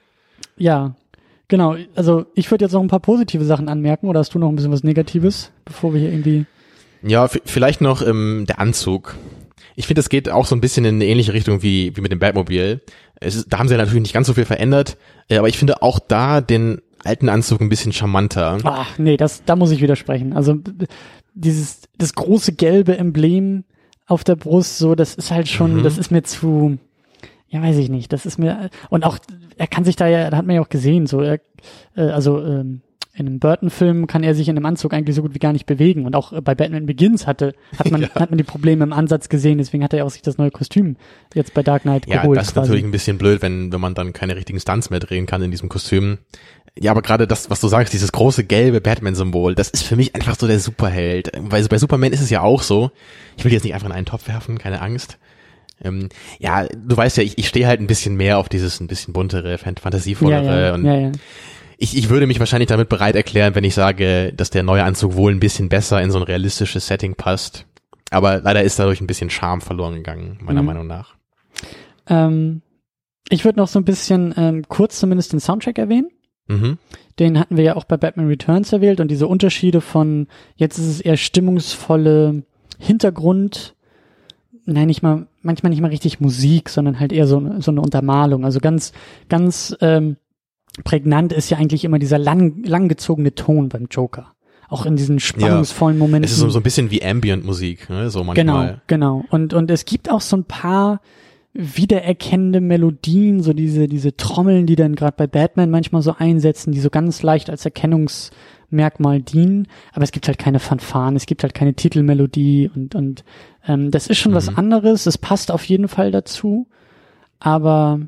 ja, genau. Also ich würde jetzt noch ein paar positive Sachen anmerken, oder hast du noch ein bisschen was Negatives, bevor wir hier irgendwie... Ja, f- vielleicht noch ähm, der Anzug. Ich finde, es geht auch so ein bisschen in eine ähnliche Richtung wie wie mit dem Batmobil. Es ist, da haben sie ja natürlich nicht ganz so viel verändert, äh, aber ich finde auch da den alten Anzug ein bisschen charmanter. Ach, nee, das, da muss ich widersprechen. Also dieses, das große gelbe Emblem auf der Brust, so, das ist halt schon, mhm. das ist mir zu, ja, weiß ich nicht, das ist mir, und auch, er kann sich da ja, da hat man ja auch gesehen, so, er, äh, also, ähm, in einem Burton-Film kann er sich in einem Anzug eigentlich so gut wie gar nicht bewegen. Und auch bei Batman Begins hatte, hat man, ja. hat man die Probleme im Ansatz gesehen. Deswegen hat er ja auch sich das neue Kostüm jetzt bei Dark Knight ja, geholt. Ja, das ist quasi natürlich ein bisschen blöd, wenn, wenn man dann keine richtigen Stunts mehr drehen kann in diesem Kostüm. Ja, aber gerade das, was du sagst, dieses große gelbe Batman-Symbol, das ist für mich einfach so der Superheld. Weil bei Superman ist es ja auch so. Ich will jetzt nicht einfach in einen Topf werfen, keine Angst. Ähm, ja, du weißt ja, ich, ich stehe halt ein bisschen mehr auf dieses ein bisschen buntere, fantasievollere. Ja, ja, und ja, ja. Ich, ich würde mich wahrscheinlich damit bereit erklären, wenn ich sage, dass der neue Anzug wohl ein bisschen besser in so ein realistisches Setting passt. Aber leider ist dadurch ein bisschen Charme verloren gegangen, meiner mhm. Meinung nach. Ähm, ich würde noch so ein bisschen ähm, kurz zumindest den Soundtrack erwähnen. Mhm. Den hatten wir ja auch bei Batman Returns erwähnt und diese Unterschiede von, jetzt ist es eher stimmungsvolle Hintergrund, nein, nicht mal, manchmal nicht mal richtig Musik, sondern halt eher so, so eine Untermalung. Also ganz, ganz ähm, prägnant ist ja eigentlich immer dieser lang, langgezogene Ton beim Joker. Auch in diesen spannungsvollen ja, Momenten. Es ist so, so ein bisschen wie Ambient-Musik, ne? So manchmal. Genau, genau. Und, und es gibt auch so ein paar wiedererkennende Melodien, so diese, diese Trommeln, die dann gerade bei Batman manchmal so einsetzen, die so ganz leicht als Erkennungsmerkmal dienen. Aber es gibt halt keine Fanfaren, es gibt halt keine Titelmelodie und, und ähm, das ist schon mhm. was anderes. Es passt auf jeden Fall dazu. Aber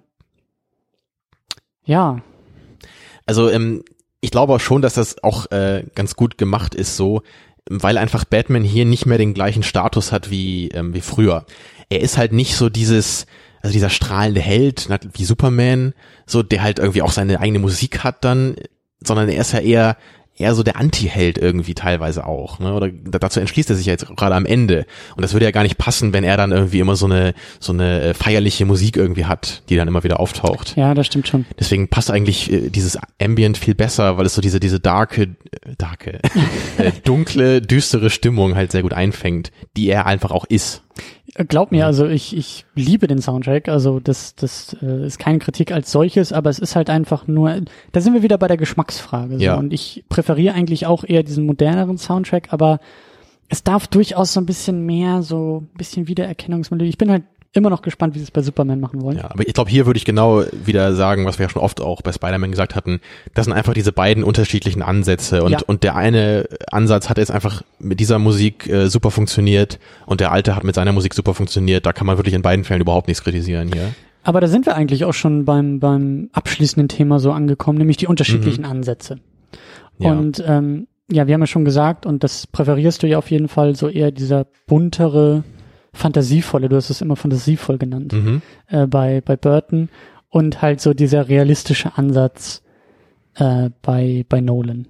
ja. Also ähm, ich glaube auch schon, dass das auch äh, ganz gut gemacht ist so, weil einfach Batman hier nicht mehr den gleichen Status hat wie ähm, wie früher. Er ist halt nicht so dieses, also dieser strahlende Held wie Superman, so der halt irgendwie auch seine eigene Musik hat dann, sondern er ist ja eher eher so der Anti-Held irgendwie teilweise auch, ne? Oder dazu entschließt er sich ja jetzt gerade am Ende. Und das würde ja gar nicht passen, wenn er dann irgendwie immer so eine so eine äh, feierliche Musik irgendwie hat, die dann immer wieder auftaucht. Ja, das stimmt schon. Deswegen passt eigentlich äh, dieses Ambient viel besser, weil es so diese diese darke, äh, darke, äh, dunkle, düstere Stimmung halt sehr gut einfängt, die er einfach auch ist. Glaub mir, also ich ich liebe den Soundtrack, also das das äh, ist keine Kritik als solches, aber es ist halt einfach nur, da sind wir wieder bei der Geschmacksfrage so. Ja. Und ich präferiere eigentlich auch eher diesen moderneren Soundtrack, aber es darf durchaus so ein bisschen mehr, so ein bisschen Wiedererkennungsmelodie. Ich bin halt immer noch gespannt, wie sie es bei Superman machen wollen. Ja, aber ich glaube, hier würde ich genau wieder sagen, was wir ja schon oft auch bei Spider-Man gesagt hatten, das sind einfach diese beiden unterschiedlichen Ansätze und Ja. und der eine Ansatz hat jetzt einfach mit dieser Musik äh, super funktioniert und der alte hat mit seiner Musik super funktioniert. Da kann man wirklich in beiden Fällen überhaupt nichts kritisieren hier. Aber da sind wir eigentlich auch schon beim beim abschließenden Thema so angekommen, nämlich die unterschiedlichen Mhm. Ansätze. Ja. Und ähm, ja, wir haben ja schon gesagt, und das präferierst du ja auf jeden Fall, so eher dieser buntere, fantasievolle, du hast es immer fantasievoll genannt, Mhm. äh, bei bei Burton und halt so dieser realistische Ansatz äh, bei bei Nolan.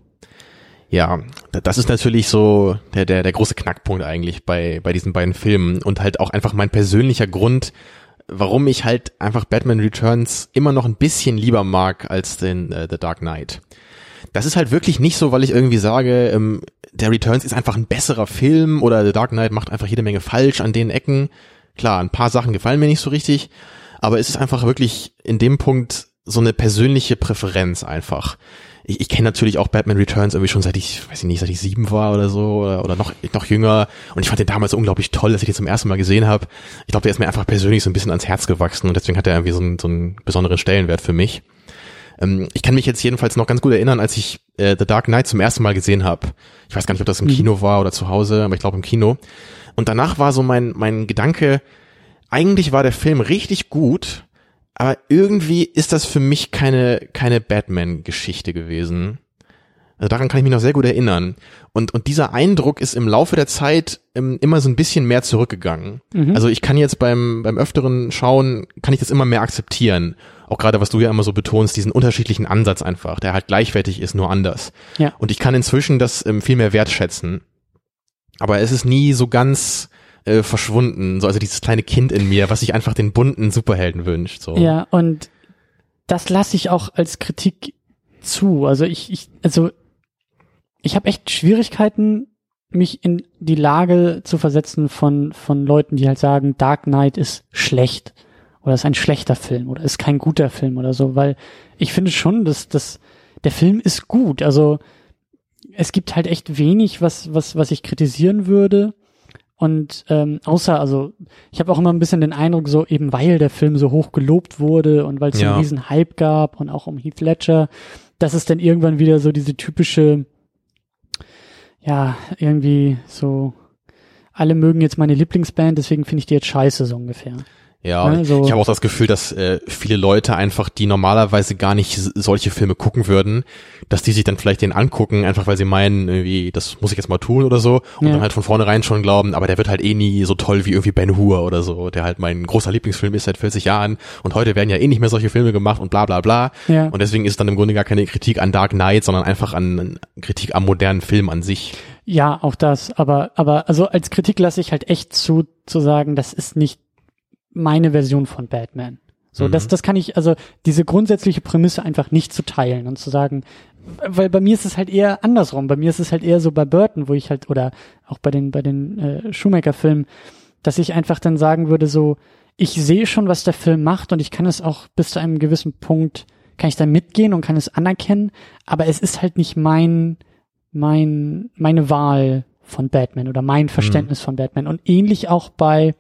Ja, das ist natürlich so der der der große Knackpunkt eigentlich bei bei diesen beiden Filmen und halt auch einfach mein persönlicher Grund, warum ich halt einfach Batman Returns immer noch ein bisschen lieber mag als den äh, The Dark Knight. Das ist halt wirklich nicht so, weil ich irgendwie sage, ähm, der Returns ist einfach ein besserer Film oder The Dark Knight macht einfach jede Menge falsch an den Ecken. Klar, ein paar Sachen gefallen mir nicht so richtig, aber es ist einfach wirklich in dem Punkt so eine persönliche Präferenz einfach. Ich, ich kenne natürlich auch Batman Returns irgendwie schon seit ich, weiß ich nicht, seit ich sieben war oder so oder, oder noch noch jünger und ich fand den damals unglaublich toll, dass ich den zum ersten Mal gesehen habe. Ich glaube, der ist mir einfach persönlich so ein bisschen ans Herz gewachsen und deswegen hat er irgendwie so einen, so einen besonderen Stellenwert für mich. Ich kann mich jetzt jedenfalls noch ganz gut erinnern, als ich äh, The Dark Knight zum ersten Mal gesehen habe. Ich weiß gar nicht, ob das im Kino war oder zu Hause, aber ich glaube im Kino. Und danach war so mein mein Gedanke, eigentlich war der Film richtig gut, aber irgendwie ist das für mich keine keine Batman-Geschichte gewesen. Also daran kann ich mich noch sehr gut erinnern. Und und dieser Eindruck ist im Laufe der Zeit ähm, immer so ein bisschen mehr zurückgegangen. Mhm. Also ich kann jetzt beim beim öfteren Schauen, kann ich das immer mehr akzeptieren. Auch gerade, was du ja immer so betonst, diesen unterschiedlichen Ansatz einfach, der halt gleichwertig ist, nur anders. Ja. Und ich kann inzwischen das ähm, viel mehr wertschätzen. Aber es ist nie so ganz äh, verschwunden, so also dieses kleine Kind in mir, was sich einfach den bunten Superhelden wünscht. So. Ja, und das lasse ich auch als Kritik zu. Also ich, ich also ich habe echt Schwierigkeiten, mich in die Lage zu versetzen von von Leuten, die halt sagen, Dark Knight ist schlecht. Oder ist ein schlechter Film oder ist kein guter Film oder so, weil ich finde schon, dass, dass der Film ist gut. Also es gibt halt echt wenig, was was was ich kritisieren würde. Und ähm, außer, also ich habe auch immer ein bisschen den Eindruck, so eben weil der Film so hoch gelobt wurde und weil es Ja. so einen riesen Hype gab und auch um Heath Ledger, das ist dann irgendwann wieder so diese typische, ja, irgendwie so, alle mögen jetzt meine Lieblingsband, deswegen finde ich die jetzt scheiße, so ungefähr. Ja, ne, so. Ich habe auch das Gefühl, dass äh, viele Leute einfach, die normalerweise gar nicht s- solche Filme gucken würden, dass die sich dann vielleicht den angucken, einfach weil sie meinen, irgendwie, das muss ich jetzt mal tun oder so, und ja. dann halt von vornherein schon glauben, aber der wird halt eh nie so toll wie irgendwie Ben Hur oder so, der halt mein großer Lieblingsfilm ist seit vierzig Jahren und heute werden ja eh nicht mehr solche Filme gemacht und bla bla bla. Ja. Und deswegen ist dann im Grunde gar keine Kritik an Dark Knight, sondern einfach an, an Kritik am modernen Film an sich. Ja, auch das, aber, aber, also als Kritik lasse ich halt echt zu, zu sagen, das ist nicht meine Version von Batman. So, Mhm. das, das kann ich, also diese grundsätzliche Prämisse einfach nicht zu teilen und zu sagen, weil bei mir ist es halt eher andersrum. Bei mir ist es halt eher so bei Burton, wo ich halt, oder auch bei den, bei den äh, Schumacher-Filmen, dass ich einfach dann sagen würde, so, ich sehe schon, was der Film macht und ich kann es auch bis zu einem gewissen Punkt, kann ich da mitgehen und kann es anerkennen, aber es ist halt nicht mein, mein, meine Wahl von Batman oder mein Verständnis mhm. von Batman. Und ähnlich auch bei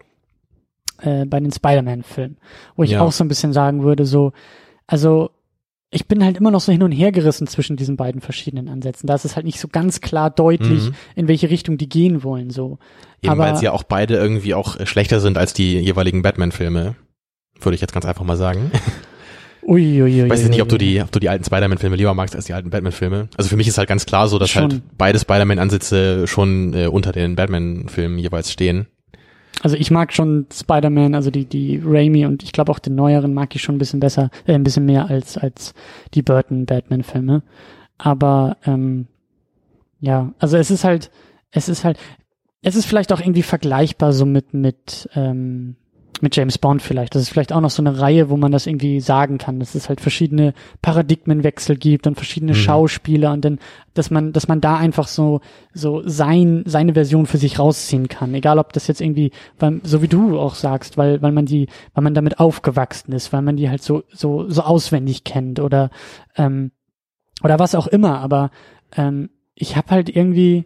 äh, bei den Spider-Man-Filmen, wo ich ja. auch so ein bisschen sagen würde, so, also ich bin halt immer noch so hin und her gerissen zwischen diesen beiden verschiedenen Ansätzen. Da ist es halt nicht so ganz klar deutlich, mhm. in welche Richtung die gehen wollen, so. Eben, aber, weil sie ja auch beide irgendwie auch schlechter sind als die jeweiligen Batman-Filme, würde ich jetzt ganz einfach mal sagen. Ui, ui, ui, ich weiß jetzt nicht, ob du ui. die, ob du die alten Spider-Man-Filme lieber magst als die alten Batman-Filme. Also für mich ist halt ganz klar so, dass schon. halt beide Spider-Man-Ansätze schon äh, unter den Batman-Filmen jeweils stehen. Also ich mag schon Spider-Man, also die die Raimi und ich glaube auch den neueren mag ich schon ein bisschen besser, äh, ein bisschen mehr als als die Burton-Batman-Filme. Aber ähm, ja, also es ist halt, es ist halt, es ist vielleicht auch irgendwie vergleichbar so mit mit ähm, mit James Bond vielleicht. Das ist vielleicht auch noch so eine Reihe, wo man das irgendwie sagen kann, dass es halt verschiedene Paradigmenwechsel gibt und verschiedene mhm. Schauspieler und dann, dass man, dass man da einfach so, so sein, seine Version für sich rausziehen kann. Egal, ob das jetzt irgendwie, weil, so wie du auch sagst, weil, weil man die, weil man damit aufgewachsen ist, weil man die halt so, so, so auswendig kennt oder, ähm, oder was auch immer. Aber, ähm, ich habe halt irgendwie,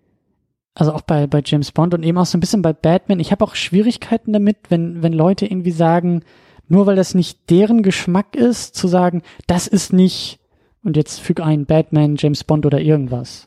also auch bei bei James Bond und eben auch so ein bisschen bei Batman. Ich habe auch Schwierigkeiten damit, wenn wenn Leute irgendwie sagen, nur weil das nicht deren Geschmack ist, zu sagen, das ist nicht, und jetzt füg ein Batman, James Bond oder irgendwas.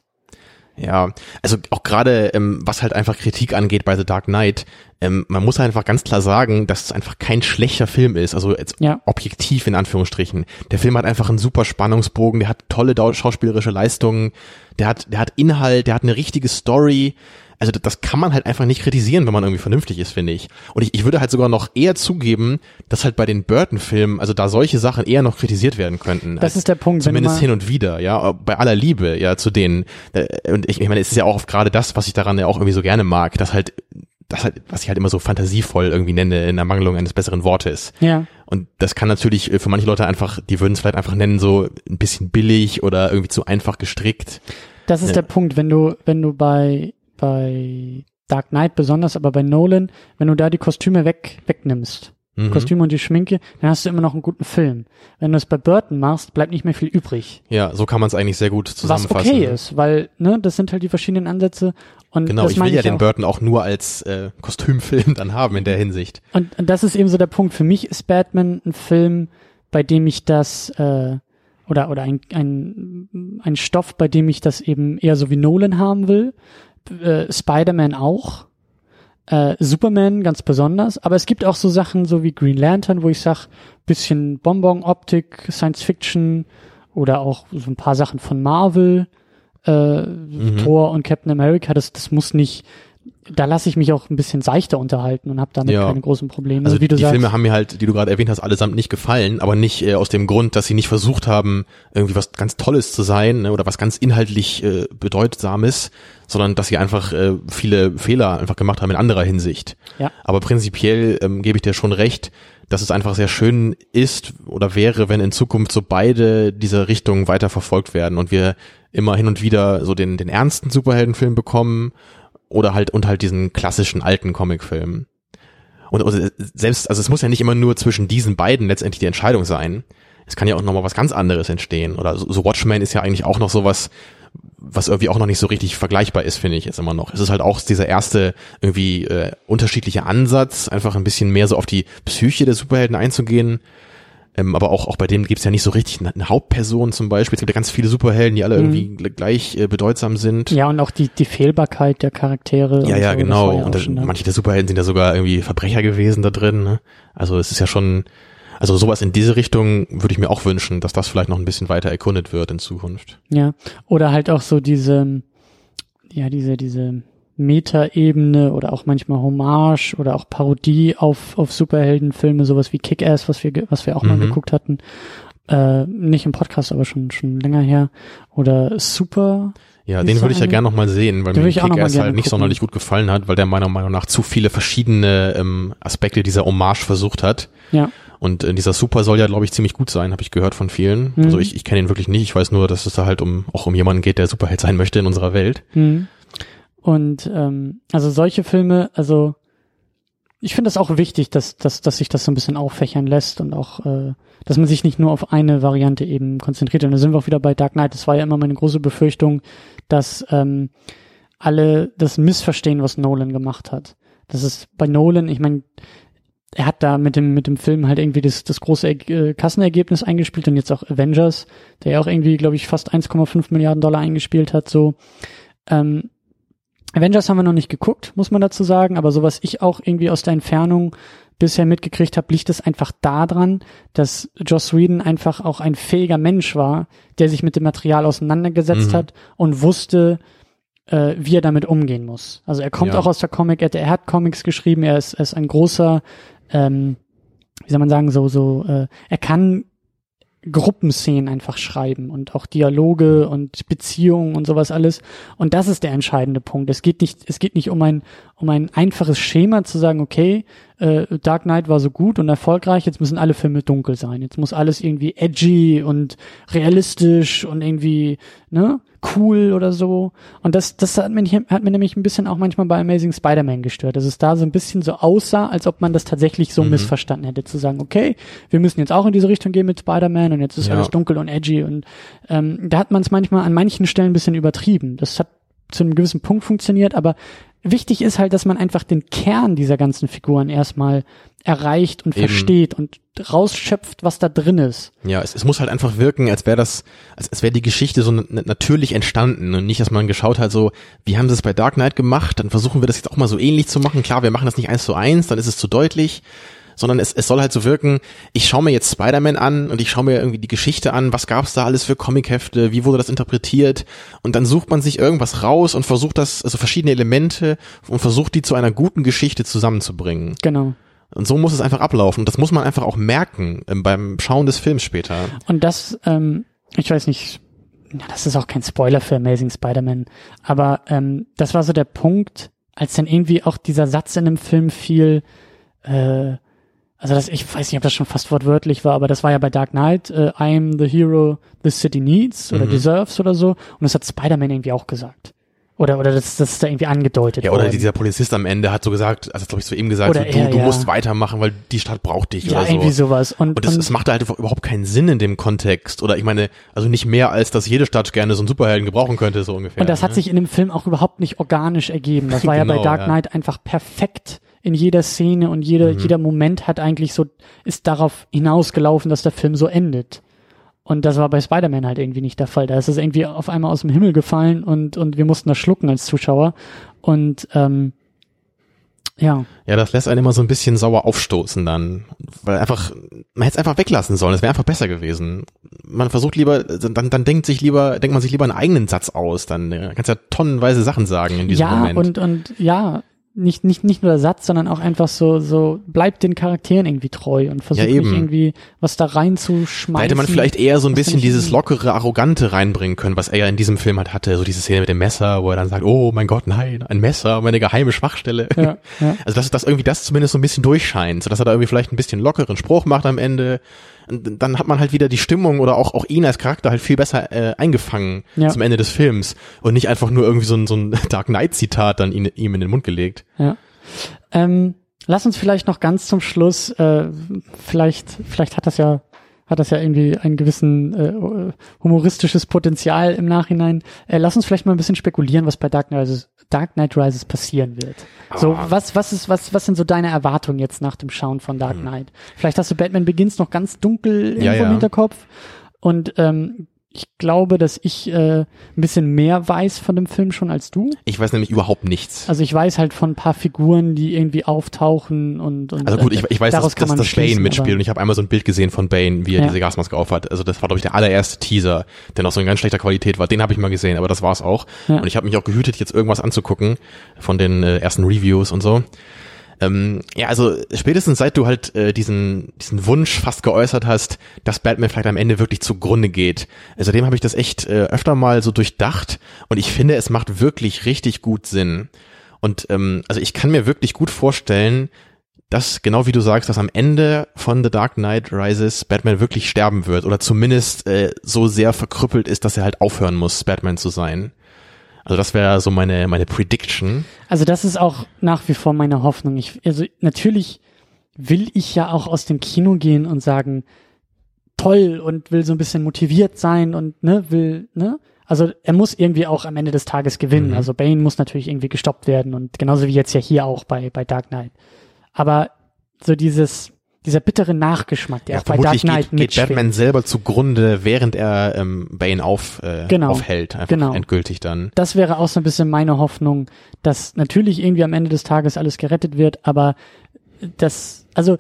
Ja, also auch gerade, ähm, was halt einfach Kritik angeht bei The Dark Knight, ähm, man muss einfach ganz klar sagen, dass es einfach kein schlechter Film ist, also jetzt ja. objektiv in Anführungsstrichen. Der Film hat einfach einen super Spannungsbogen, der hat tolle schauspielerische Leistungen, der hat, der hat Inhalt, der hat eine richtige Story. Also das kann man halt einfach nicht kritisieren, wenn man irgendwie vernünftig ist, finde ich. Und ich, ich würde halt sogar noch eher zugeben, dass halt bei den Burton-Filmen, also da solche Sachen eher noch kritisiert werden könnten. Das ist der Punkt. Zumindest hin und wieder, ja, bei aller Liebe, ja, zu denen. Und ich, ich meine, es ist ja auch gerade das, was ich daran ja auch irgendwie so gerne mag, dass halt, das halt, was ich halt immer so fantasievoll irgendwie nenne, in Ermangelung eines besseren Wortes. Ja. Und das kann natürlich für manche Leute einfach, die würden es vielleicht einfach nennen, so ein bisschen billig oder irgendwie zu einfach gestrickt. Das ist ja. der Punkt, wenn du, wenn du bei bei Dark Knight besonders, aber bei Nolan, wenn du da die Kostüme weg wegnimmst, mhm. Kostüme und die Schminke, dann hast du immer noch einen guten Film. Wenn du es bei Burton machst, bleibt nicht mehr viel übrig. Ja, so kann man es eigentlich sehr gut zusammenfassen. Was okay ist, weil ne, das sind halt die verschiedenen Ansätze. Und genau, das ich will ja ich den auch. Burton auch nur als äh, Kostümfilm dann haben in der Hinsicht. Und, und das ist eben so der Punkt. Für mich ist Batman ein Film, bei dem ich das äh, oder oder ein ein ein Stoff, bei dem ich das eben eher so wie Nolan haben will. Äh, Spider-Man auch, äh, Superman ganz besonders, aber es gibt auch so Sachen so wie Green Lantern, wo ich sag, bisschen Bonbon-Optik, Science-Fiction oder auch so ein paar Sachen von Marvel, äh, mhm. Thor und Captain America, das das muss nicht, da lasse ich mich auch ein bisschen seichter unterhalten und habe damit ja. keine großen Probleme. Also wie du die sagst, Filme haben mir halt, die du gerade erwähnt hast, allesamt nicht gefallen, aber nicht äh, aus dem Grund, dass sie nicht versucht haben, irgendwie was ganz Tolles zu sein, ne, oder was ganz inhaltlich äh, Bedeutsames, sondern dass sie einfach äh, viele Fehler einfach gemacht haben in anderer Hinsicht. Ja. Aber prinzipiell ähm, gebe ich dir schon recht, dass es einfach sehr schön ist oder wäre, wenn in Zukunft so beide diese Richtungen weiter verfolgt werden und wir immer hin und wieder so den den ernsten Superheldenfilm bekommen oder halt und halt diesen klassischen alten Comicfilm. Und, und selbst, also es muss ja nicht immer nur zwischen diesen beiden letztendlich die Entscheidung sein. Es kann ja auch nochmal was ganz anderes entstehen. Oder so, so Watchmen ist ja eigentlich auch noch sowas, was irgendwie auch noch nicht so richtig vergleichbar ist, finde ich jetzt immer noch. Es ist halt auch dieser erste irgendwie äh, unterschiedliche Ansatz, einfach ein bisschen mehr so auf die Psyche der Superhelden einzugehen. Ähm, aber auch, auch bei denen gibt's ja nicht so richtig eine, eine Hauptperson zum Beispiel. Es gibt ja ganz viele Superhelden, die alle mhm. irgendwie gleich äh, bedeutsam sind. Ja, und auch die, die Fehlbarkeit der Charaktere. Ja, ja, so, genau. ja und das, schon, manche der Superhelden sind ja sogar irgendwie Verbrecher gewesen da drin. Ne? Also es ist ja schon, also sowas in diese Richtung würde ich mir auch wünschen, dass das vielleicht noch ein bisschen weiter erkundet wird in Zukunft. Ja, oder halt auch so diese, ja, diese, diese Meta-Ebene oder auch manchmal Hommage oder auch Parodie auf auf Superheldenfilme, sowas wie Kick-Ass, was wir was wir auch mhm. mal geguckt hatten, äh, nicht im Podcast, aber schon schon länger her, oder Super. Ja, den würde ich ja gerne noch mal sehen, weil mir Kick-Ass halt nicht gucken. sonderlich gut gefallen hat, weil der meiner Meinung nach zu viele verschiedene ähm, Aspekte dieser Hommage versucht hat. Ja. Und äh, dieser Super soll ja, glaube ich, ziemlich gut sein, habe ich gehört von vielen. Mhm. Also ich ich kenne ihn wirklich nicht, ich weiß nur, dass es da halt um auch um jemanden geht, der Superheld sein möchte in unserer Welt. Mhm. Und ähm, also solche Filme, also ich finde das auch wichtig, dass, dass, dass sich das so ein bisschen auffächern lässt und auch, äh, dass man sich nicht nur auf eine Variante eben konzentriert. Und da sind wir auch wieder bei Dark Knight. Das war ja immer meine große Befürchtung, dass ähm, alle das missverstehen, was Nolan gemacht hat. Das ist bei Nolan, ich meine, er hat da mit dem mit dem Film halt irgendwie das das große äh, Kassenergebnis eingespielt und jetzt auch Avengers, der ja auch irgendwie, glaube ich, fast eins Komma fünf Milliarden Dollar eingespielt hat. So ähm, Avengers haben wir noch nicht geguckt, muss man dazu sagen, aber so was ich auch irgendwie aus der Entfernung bisher mitgekriegt habe, liegt es einfach daran, dass Joss Whedon einfach auch ein fähiger Mensch war, der sich mit dem Material auseinandergesetzt mhm. hat und wusste, äh, wie er damit umgehen muss. Also er kommt ja. auch aus der Comic-Ecke, er hat Comics geschrieben, er ist, er ist ein großer, ähm, wie soll man sagen, so, so, äh, er kann Gruppenszenen einfach schreiben und auch Dialoge und Beziehungen und sowas alles. Und das ist der entscheidende Punkt. Es geht nicht, es geht nicht um ein, um ein einfaches Schema zu sagen, okay, äh, Dark Knight war so gut und erfolgreich, jetzt müssen alle Filme dunkel sein. Jetzt muss alles irgendwie edgy und realistisch und irgendwie, ne, cool oder so. Und das, das hat mich, hat mir nämlich ein bisschen auch manchmal bei Amazing Spider-Man gestört, dass es da so ein bisschen so aussah, als ob man das tatsächlich so mhm. missverstanden hätte, zu sagen, okay, wir müssen jetzt auch in diese Richtung gehen mit Spider-Man und jetzt ist ja. alles dunkel und edgy und ähm, da hat man es manchmal an manchen Stellen ein bisschen übertrieben. Das hat zu einem gewissen Punkt funktioniert, aber wichtig ist halt, dass man einfach den Kern dieser ganzen Figuren erstmal erreicht und Eben. versteht und rausschöpft, was da drin ist. Ja, es, es muss halt einfach wirken, als wäre das, als, als wäre die Geschichte so n- natürlich entstanden und nicht, dass man geschaut hat, so, wie haben sie es bei Dark Knight gemacht, dann versuchen wir das jetzt auch mal so ähnlich zu machen. Klar, wir machen das nicht eins zu eins, dann ist es zu deutlich, sondern es, es soll halt so wirken, ich schaue mir jetzt Spider-Man an und ich schaue mir irgendwie die Geschichte an, was gab's da alles für Comichefte, wie wurde das interpretiert und dann sucht man sich irgendwas raus und versucht das, also verschiedene Elemente und versucht die zu einer guten Geschichte zusammenzubringen. Genau. Und so muss es einfach ablaufen. Und das muss man einfach auch merken ähm, beim Schauen des Films später. Und das, ähm, ich weiß nicht, das ist auch kein Spoiler für Amazing Spider-Man, aber ähm, das war so der Punkt, als dann irgendwie auch dieser Satz in dem Film fiel, äh, also das, ich weiß nicht, ob das schon fast wortwörtlich war, aber das war ja bei Dark Knight, äh, I am the hero the city needs oder mhm. deserves oder so. Und das hat Spider-Man irgendwie auch gesagt. Oder, oder das, das ist da irgendwie angedeutet Ja, oder worden. dieser Polizist am Ende hat so gesagt, also glaube ich zu ihm gesagt, so, du, er, du ja. musst weitermachen, weil die Stadt braucht dich ja, oder so. Ja, irgendwie sowas. Und, und das, das macht halt überhaupt keinen Sinn in dem Kontext. Oder ich meine, also nicht mehr, als dass jede Stadt gerne so einen Superhelden gebrauchen könnte, so ungefähr. Und das ne? hat sich in dem Film auch überhaupt nicht organisch ergeben. Das war genau, ja bei Dark Knight ja. einfach perfekt in jeder Szene und jeder, mhm. jeder Moment hat eigentlich so, ist darauf hinausgelaufen, dass der Film so endet. Und das war bei Spider-Man halt irgendwie nicht der Fall. Da ist es irgendwie auf einmal aus dem Himmel gefallen und und wir mussten das schlucken als Zuschauer. Und ähm, ja. Ja, das lässt einen immer so ein bisschen sauer aufstoßen dann. Weil einfach, man hätte es einfach weglassen sollen, es wäre einfach besser gewesen. Man versucht lieber, dann dann denkt sich lieber, denkt man sich lieber einen eigenen Satz aus, dann kannst ja tonnenweise Sachen sagen in diesem ja, Moment. Ja, und und ja, nicht nicht nicht nur der Satz, sondern auch einfach so so bleibt den Charakteren irgendwie treu und versucht ja, nicht irgendwie was da reinzuschmeißen. Da hätte man vielleicht eher so ein bisschen dieses lockere, arrogante reinbringen können, was er ja in diesem Film halt hatte, so diese Szene mit dem Messer, wo er dann sagt, oh mein Gott, nein, ein Messer, meine geheime Schwachstelle. Ja, ja. Also dass, dass irgendwie das zumindest so ein bisschen durchscheint, so dass er da irgendwie vielleicht ein bisschen lockeren Spruch macht am Ende. Und dann hat man halt wieder die Stimmung oder auch auch ihn als Charakter halt viel besser äh, eingefangen ja. zum Ende des Films und nicht einfach nur irgendwie so ein so ein Dark Knight Zitat dann ihn, ihm in den Mund gelegt. Ja. Ähm, lass uns vielleicht noch ganz zum Schluss, äh, vielleicht vielleicht hat das ja hat das ja irgendwie einen gewissen äh, humoristisches Potenzial im Nachhinein. Äh, lass uns vielleicht mal ein bisschen spekulieren, was bei Dark Knight, Dark Knight Rises passieren wird. Oh. So, was, was ist, was, was sind so deine Erwartungen jetzt nach dem Schauen von Dark Knight? Hm. Vielleicht hast du Batman Begins noch ganz dunkel irgendwo ja, ja. im Hinterkopf und ähm, ich glaube, dass ich äh, ein bisschen mehr weiß von dem Film schon als du. Ich weiß nämlich überhaupt nichts. Also ich weiß halt von ein paar Figuren, die irgendwie auftauchen und, und also gut, ich, ich weiß, dass, dass, dass Bane mitspielt und ich habe einmal so ein Bild gesehen von Bane, wie er ja. diese Gasmaske aufhat. Also das war, glaube ich, der allererste Teaser, der noch so in ganz schlechter Qualität war. Den habe ich mal gesehen, aber das war's auch. Ja. Und ich habe mich auch gehütet, jetzt irgendwas anzugucken von den äh, ersten Reviews und so. Ähm, ja, also spätestens seit du halt äh, diesen diesen Wunsch fast geäußert hast, dass Batman vielleicht am Ende wirklich zugrunde geht. Seitdem habe ich das echt äh, öfter mal so durchdacht und ich finde, es macht wirklich richtig gut Sinn. Und ähm, also ich kann mir wirklich gut vorstellen, dass, genau wie du sagst, dass am Ende von The Dark Knight Rises Batman wirklich sterben wird oder zumindest äh, so sehr verkrüppelt ist, dass er halt aufhören muss, Batman zu sein. Also das wäre so meine meine Prediction. Also das ist auch nach wie vor meine Hoffnung. Ich, also natürlich will ich ja auch aus dem Kino gehen und sagen, toll, und will so ein bisschen motiviert sein und ne, will, ne? Also er muss irgendwie auch am Ende des Tages gewinnen. Mhm. Also Bane muss natürlich irgendwie gestoppt werden und genauso wie jetzt ja hier auch bei bei Dark Knight. Aber so dieses dieser bittere Nachgeschmack, der ja, auch bei Dark Knight geht, geht Batman selber zugrunde, während er ähm, Bane auf, äh, genau, aufhält, einfach genau. endgültig dann. Das wäre auch so ein bisschen meine Hoffnung, dass natürlich irgendwie am Ende des Tages alles gerettet wird, aber das, also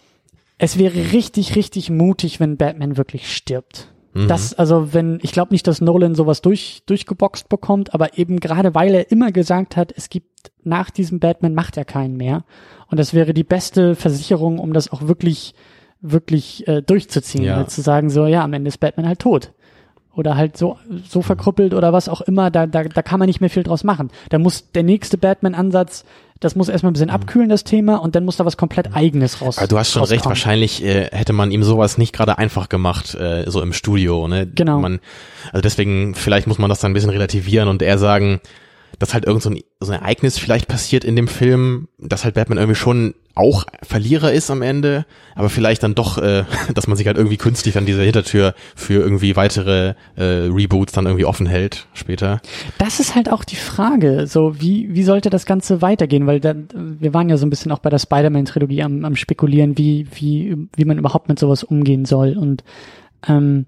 es wäre richtig, richtig mutig, wenn Batman wirklich stirbt. Mhm. Das, also wenn, ich glaube nicht, dass Nolan sowas durch durchgeboxt bekommt, aber eben gerade weil er immer gesagt hat, es gibt nach diesem Batman macht er keinen mehr. Und das wäre die beste Versicherung, um das auch wirklich, wirklich äh, durchzuziehen. Ja. Halt zu sagen, so, ja, am Ende ist Batman halt tot. Oder halt so so verkrüppelt oder was auch immer, da da da kann man nicht mehr viel draus machen. Da muss der nächste Batman-Ansatz, das muss erstmal ein bisschen abkühlen, das Thema, und dann muss da was komplett Eigenes raus. Aber du hast schon rauskommen. recht, wahrscheinlich äh, hätte man ihm sowas nicht gerade einfach gemacht, äh, so im Studio, ne? Genau. Man, also deswegen, vielleicht muss man das dann ein bisschen relativieren und eher sagen, dass halt irgend so ein, so ein Ereignis vielleicht passiert in dem Film, dass halt Batman irgendwie schon auch Verlierer ist am Ende, aber vielleicht dann doch, äh, dass man sich halt irgendwie künstlich an dieser Hintertür für irgendwie weitere äh, Reboots dann irgendwie offen hält später. Das ist halt auch die Frage, so wie wie sollte das Ganze weitergehen, weil dann, wir waren ja so ein bisschen auch bei der Spider-Man-Trilogie am, am spekulieren, wie wie wie man überhaupt mit sowas umgehen soll und ähm,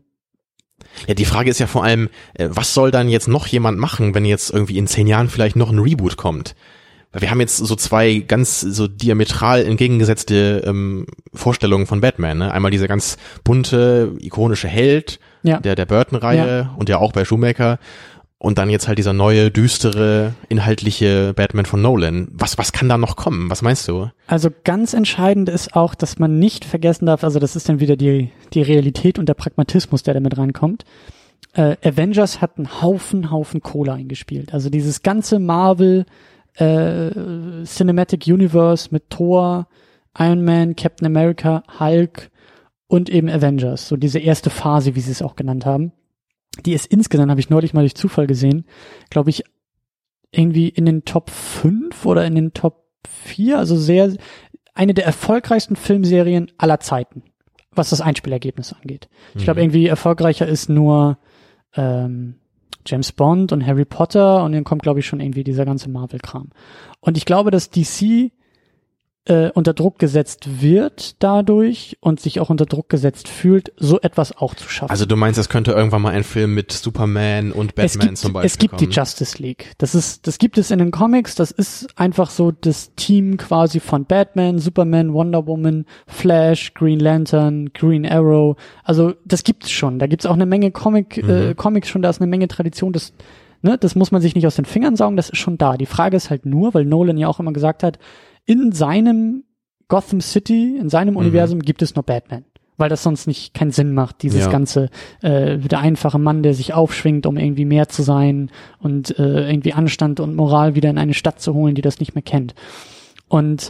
ja, die Frage ist ja vor allem, was soll dann jetzt noch jemand machen, wenn jetzt irgendwie in zehn Jahren vielleicht noch ein Reboot kommt? Weil wir haben jetzt so zwei ganz so diametral entgegengesetzte ähm, Vorstellungen von Batman. Ne? Einmal dieser ganz bunte, ikonische Held ja. der der Burton-Reihe ja. und ja auch bei Schumacher. Und dann jetzt halt dieser neue, düstere, inhaltliche Batman von Nolan. Was, was kann da noch kommen? Was meinst du? Also ganz entscheidend ist auch, dass man nicht vergessen darf, also das ist dann wieder die, die Realität und der Pragmatismus, der damit reinkommt. Äh, Avengers hat einen Haufen, Haufen Kohle eingespielt. Also dieses ganze Marvel äh, Cinematic Universe mit Thor, Iron Man, Captain America, Hulk und eben Avengers. So diese erste Phase, wie sie es auch genannt haben. Die ist insgesamt, habe ich neulich mal durch Zufall gesehen, glaube ich, irgendwie in den Top fünf oder in den Top vier, also sehr, eine der erfolgreichsten Filmserien aller Zeiten, was das Einspielergebnis angeht. Ich glaube, Mhm. irgendwie erfolgreicher ist nur ähm, James Bond und Harry Potter und dann kommt, glaube ich, schon irgendwie dieser ganze Marvel-Kram. Und ich glaube, dass D C äh, unter Druck gesetzt wird dadurch und sich auch unter Druck gesetzt fühlt, so etwas auch zu schaffen. Also du meinst, es könnte irgendwann mal ein Film mit Superman und Batman es gibt, zum Beispiel Es gibt kommen. die Justice League. Das ist, das gibt es in den Comics. Das ist einfach so das Team quasi von Batman, Superman, Wonder Woman, Flash, Green Lantern, Green Arrow. Also das gibt's schon. Da gibt's auch eine Menge Comic, Mhm. äh, Comics schon. Da ist eine Menge Tradition. Das, ne, das muss man sich nicht aus den Fingern saugen. Das ist schon da. Die Frage ist halt nur, weil Nolan ja auch immer gesagt hat, in seinem Gotham City, in seinem Mhm. Universum gibt es nur Batman. Weil das sonst nicht keinen Sinn macht, dieses Ja. ganze, äh, der einfache Mann, der sich aufschwingt, um irgendwie mehr zu sein und äh, irgendwie Anstand und Moral wieder in eine Stadt zu holen, die das nicht mehr kennt. Und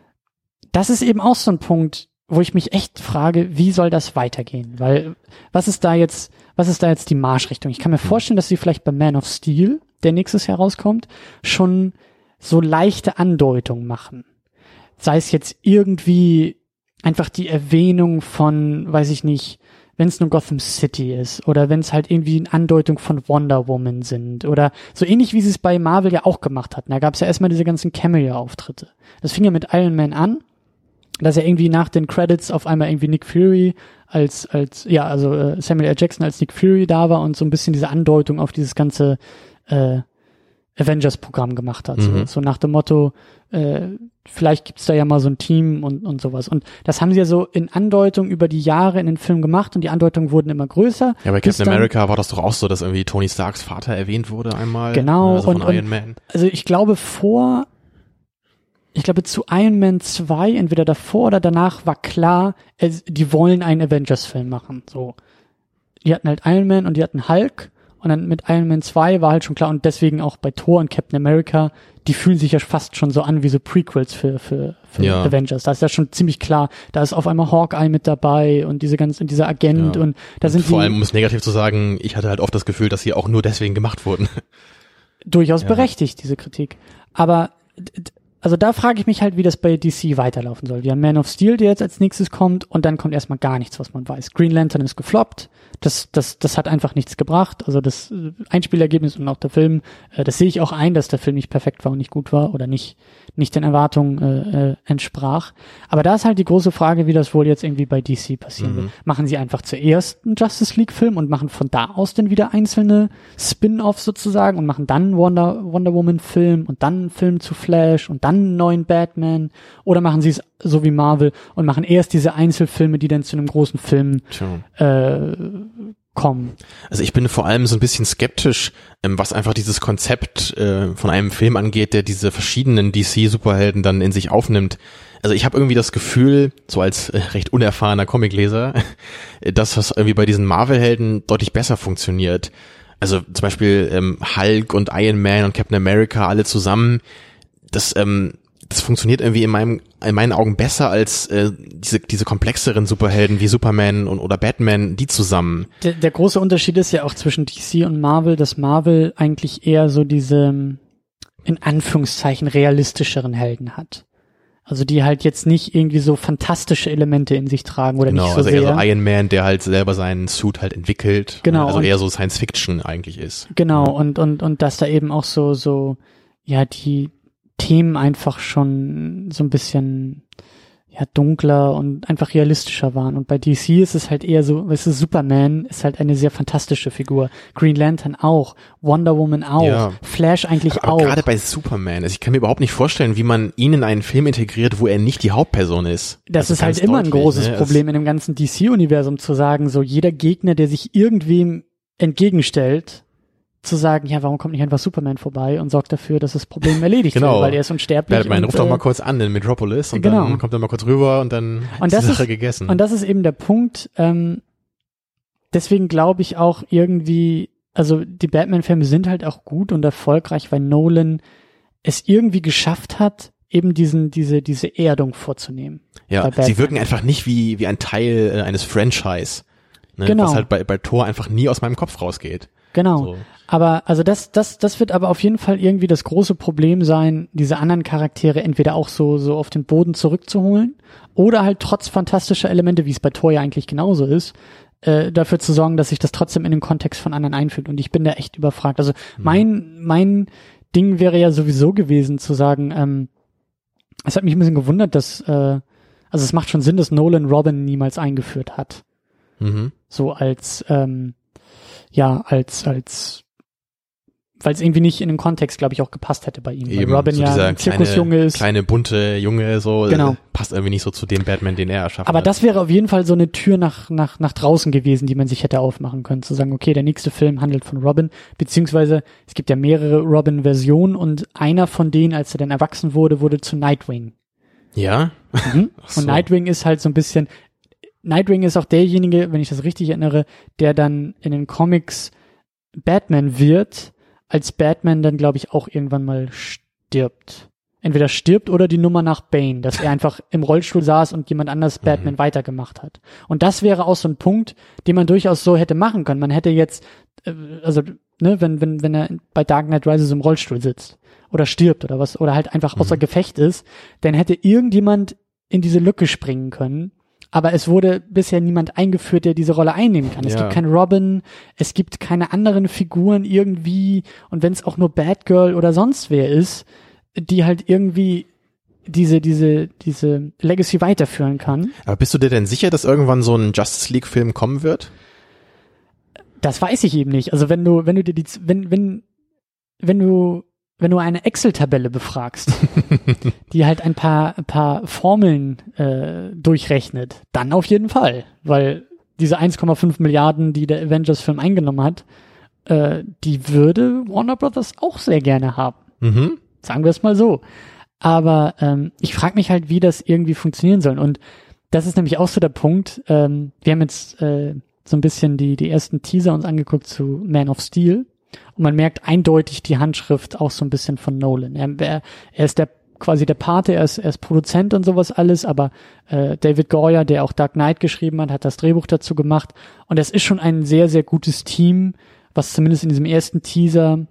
das ist eben auch so ein Punkt, wo ich mich echt frage, wie soll das weitergehen? Weil, was ist da jetzt, was ist da jetzt die Marschrichtung? Ich kann mir vorstellen, dass sie vielleicht bei Man of Steel, der nächstes Jahr rauskommt, schon so leichte Andeutungen machen. Sei es jetzt irgendwie einfach die Erwähnung von, weiß ich nicht, wenn es nur Gotham City ist oder wenn es halt irgendwie eine Andeutung von Wonder Woman sind oder so ähnlich wie sie es bei Marvel ja auch gemacht hatten. Da gab es ja erstmal diese ganzen Cameo-Auftritte. Das fing ja mit Iron Man an, dass er irgendwie nach den Credits auf einmal irgendwie Nick Fury als, als, ja, also äh, Samuel L. Jackson als Nick Fury da war und so ein bisschen diese Andeutung auf dieses ganze äh, Avengers-Programm gemacht hat. Mhm. So, so nach dem Motto, äh, vielleicht gibt's da ja mal so ein Team und, und sowas. Und das haben sie ja so in Andeutung über die Jahre in den Film gemacht und die Andeutungen wurden immer größer. Ja, bei Captain America war das doch auch so, dass irgendwie Tony Starks Vater erwähnt wurde einmal. Genau. Also von und, Iron Man. Also ich glaube vor, ich glaube zu Iron Man zwei, entweder davor oder danach war klar, es, die wollen einen Avengers-Film machen. So, die hatten halt Iron Man und die hatten Hulk. Und dann mit Iron Man zwei war halt schon klar und deswegen auch bei Thor und Captain America, die fühlen sich ja fast schon so an wie so Prequels für, für, für ja. Avengers. Da ist ja schon ziemlich klar, da ist auf einmal Hawkeye mit dabei und diese ganzen, dieser Agent ja. und da und sind vor die, allem, um es negativ zu sagen, ich hatte halt oft das Gefühl, dass sie auch nur deswegen gemacht wurden. Durchaus ja. berechtigt, diese Kritik. Aber, also da frage ich mich halt, wie das bei D C weiterlaufen soll. Wir haben Man of Steel, der jetzt als nächstes kommt und dann kommt erstmal gar nichts, was man weiß. Green Lantern ist gefloppt. Das, das, das hat einfach nichts gebracht. Also das Einspielergebnis und auch der Film, äh, das sehe ich auch ein, dass der Film nicht perfekt war und nicht gut war oder nicht, nicht den Erwartungen äh, äh, entsprach. Aber da ist halt die große Frage, wie das wohl jetzt irgendwie bei D C passieren Mhm. wird. Machen sie einfach zuerst einen Justice League Film und machen von da aus dann wieder einzelne Spin-offs sozusagen und machen dann einen Wonder, Wonder Woman Film und dann einen Film zu Flash und dann einen neuen Batman? Oder machen sie es so wie Marvel und machen erst diese Einzelfilme, die dann zu einem großen Film äh, kommen? Also ich bin vor allem so ein bisschen skeptisch, ähm, was einfach dieses Konzept äh, von einem Film angeht, der diese verschiedenen D C-Superhelden dann in sich aufnimmt. Also ich habe irgendwie das Gefühl, so als äh, recht unerfahrener Comicleser, dass das irgendwie bei diesen Marvel-Helden deutlich besser funktioniert. Also zum Beispiel ähm, Hulk und Iron Man und Captain America alle zusammen, das ähm, das funktioniert irgendwie in meinem in meinen Augen besser als äh, diese diese komplexeren Superhelden wie Superman und oder Batman, die zusammen. Der, der große Unterschied ist ja auch zwischen D C und Marvel, dass Marvel eigentlich eher so diese in Anführungszeichen realistischeren Helden hat. Also die halt jetzt nicht irgendwie so fantastische Elemente in sich tragen oder genau, nicht so also sehr. eher so Iron Man, der halt selber seinen Suit halt entwickelt. Genau. Also und, eher so Science Fiction eigentlich ist. Genau, ja. und, und, und dass da eben auch so, so, ja, die Themen einfach schon so ein bisschen, ja, dunkler und einfach realistischer waren. Und bei D C ist es halt eher so, weißt du, Superman ist halt eine sehr fantastische Figur. Green Lantern auch. Wonder Woman auch. Ja. Flash eigentlich aber, aber auch. Gerade bei Superman, also ich kann mir überhaupt nicht vorstellen, wie man ihn in einen Film integriert, wo er nicht die Hauptperson ist. Das, das ist halt ganz immer ein deutlich, großes ne? Problem in dem ganzen D C-Universum zu sagen, so jeder Gegner, der sich irgendwem entgegenstellt, zu sagen, ja, warum kommt nicht einfach Superman vorbei und sorgt dafür, dass das Problem erledigt genau. wird, weil er ist unsterblich. Batman und, ruft doch äh, mal kurz an in Metropolis und genau. dann kommt er mal kurz rüber und dann und ist das die Sache ist, gegessen. Und das ist eben der Punkt, ähm, deswegen glaube ich auch irgendwie, also die Batman-Filme sind halt auch gut und erfolgreich, weil Nolan es irgendwie geschafft hat, eben diesen, diese, diese Erdung vorzunehmen. Ja, sie wirken einfach nicht wie, wie ein Teil äh, eines Franchise. Ne? Genau. Was halt bei, bei Thor einfach nie aus meinem Kopf rausgeht. Genau. So. Aber also das, das, das wird aber auf jeden Fall irgendwie das große Problem sein, diese anderen Charaktere entweder auch so, so auf den Boden zurückzuholen oder halt trotz fantastischer Elemente, wie es bei Thor ja eigentlich genauso ist, äh, dafür zu sorgen, dass sich das trotzdem in den Kontext von anderen einfühlt. Und ich bin da echt überfragt. Also Mhm. mein, mein Ding wäre ja sowieso gewesen zu sagen, ähm, es hat mich ein bisschen gewundert, dass, äh, also es macht schon Sinn, dass Nolan Robin niemals eingeführt hat. Mhm. So als, ähm, ja, als, als, weil es irgendwie nicht in den Kontext, glaube ich, auch gepasst hätte bei ihm. Eben, weil Robin so ja dieser ein Zirkusjunge kleine, ist. kleine, bunte Junge, so, Genau. äh, passt irgendwie nicht so zu dem Batman, den er erschaffen Aber hat. das wäre auf jeden Fall so eine Tür nach, nach, nach draußen gewesen, die man sich hätte aufmachen können, zu sagen, okay, der nächste Film handelt von Robin, beziehungsweise es gibt ja mehrere Robin-Versionen und einer von denen, als er dann erwachsen wurde, wurde zu Nightwing. Ja? Mhm. Ach so. Und Nightwing ist halt so ein bisschen, Nightwing ist auch derjenige, wenn ich das richtig erinnere, der dann in den Comics Batman wird, als Batman dann, glaube ich, auch irgendwann mal stirbt. Entweder stirbt oder die Nummer nach Bane, dass er einfach im Rollstuhl saß und jemand anders Batman Mhm. weitergemacht hat. Und das wäre auch so ein Punkt, den man durchaus so hätte machen können. Man hätte jetzt, äh, also, ne, wenn, wenn, wenn er bei Dark Knight Rises im Rollstuhl sitzt oder stirbt oder was, oder halt einfach außer Mhm. Gefecht ist, dann hätte irgendjemand in diese Lücke springen können, aber es wurde bisher niemand eingeführt, der diese Rolle einnehmen kann. Es Ja. gibt keinen Robin, es gibt keine anderen Figuren irgendwie und wenn es auch nur Batgirl oder sonst wer ist, die halt irgendwie diese, diese, diese Legacy weiterführen kann. Aber bist du dir denn sicher, dass irgendwann so ein Justice League-Film kommen wird? Das weiß ich eben nicht. Also wenn du, wenn du dir die, wenn, wenn, wenn du, wenn du eine Excel-Tabelle befragst, die halt ein paar, ein paar Formeln äh, durchrechnet, dann auf jeden Fall. Weil diese eins Komma fünf Milliarden, die der Avengers-Film eingenommen hat, äh, die würde Warner Brothers auch sehr gerne haben. Mhm. Sagen wir es mal so. Aber ähm, ich frage mich halt, wie das irgendwie funktionieren soll. Und das ist nämlich auch so der Punkt. Ähm, wir haben jetzt äh, so ein bisschen die die ersten Teaser uns angeguckt zu Man of Steel. Und man merkt eindeutig die Handschrift auch so ein bisschen von Nolan. Er, er, er ist der quasi der Pate, er ist, er ist Produzent und sowas alles, aber äh, David Goyer, der auch Dark Knight geschrieben hat, hat das Drehbuch dazu gemacht. Und es ist schon ein sehr, sehr gutes Team, was zumindest in diesem ersten Teaser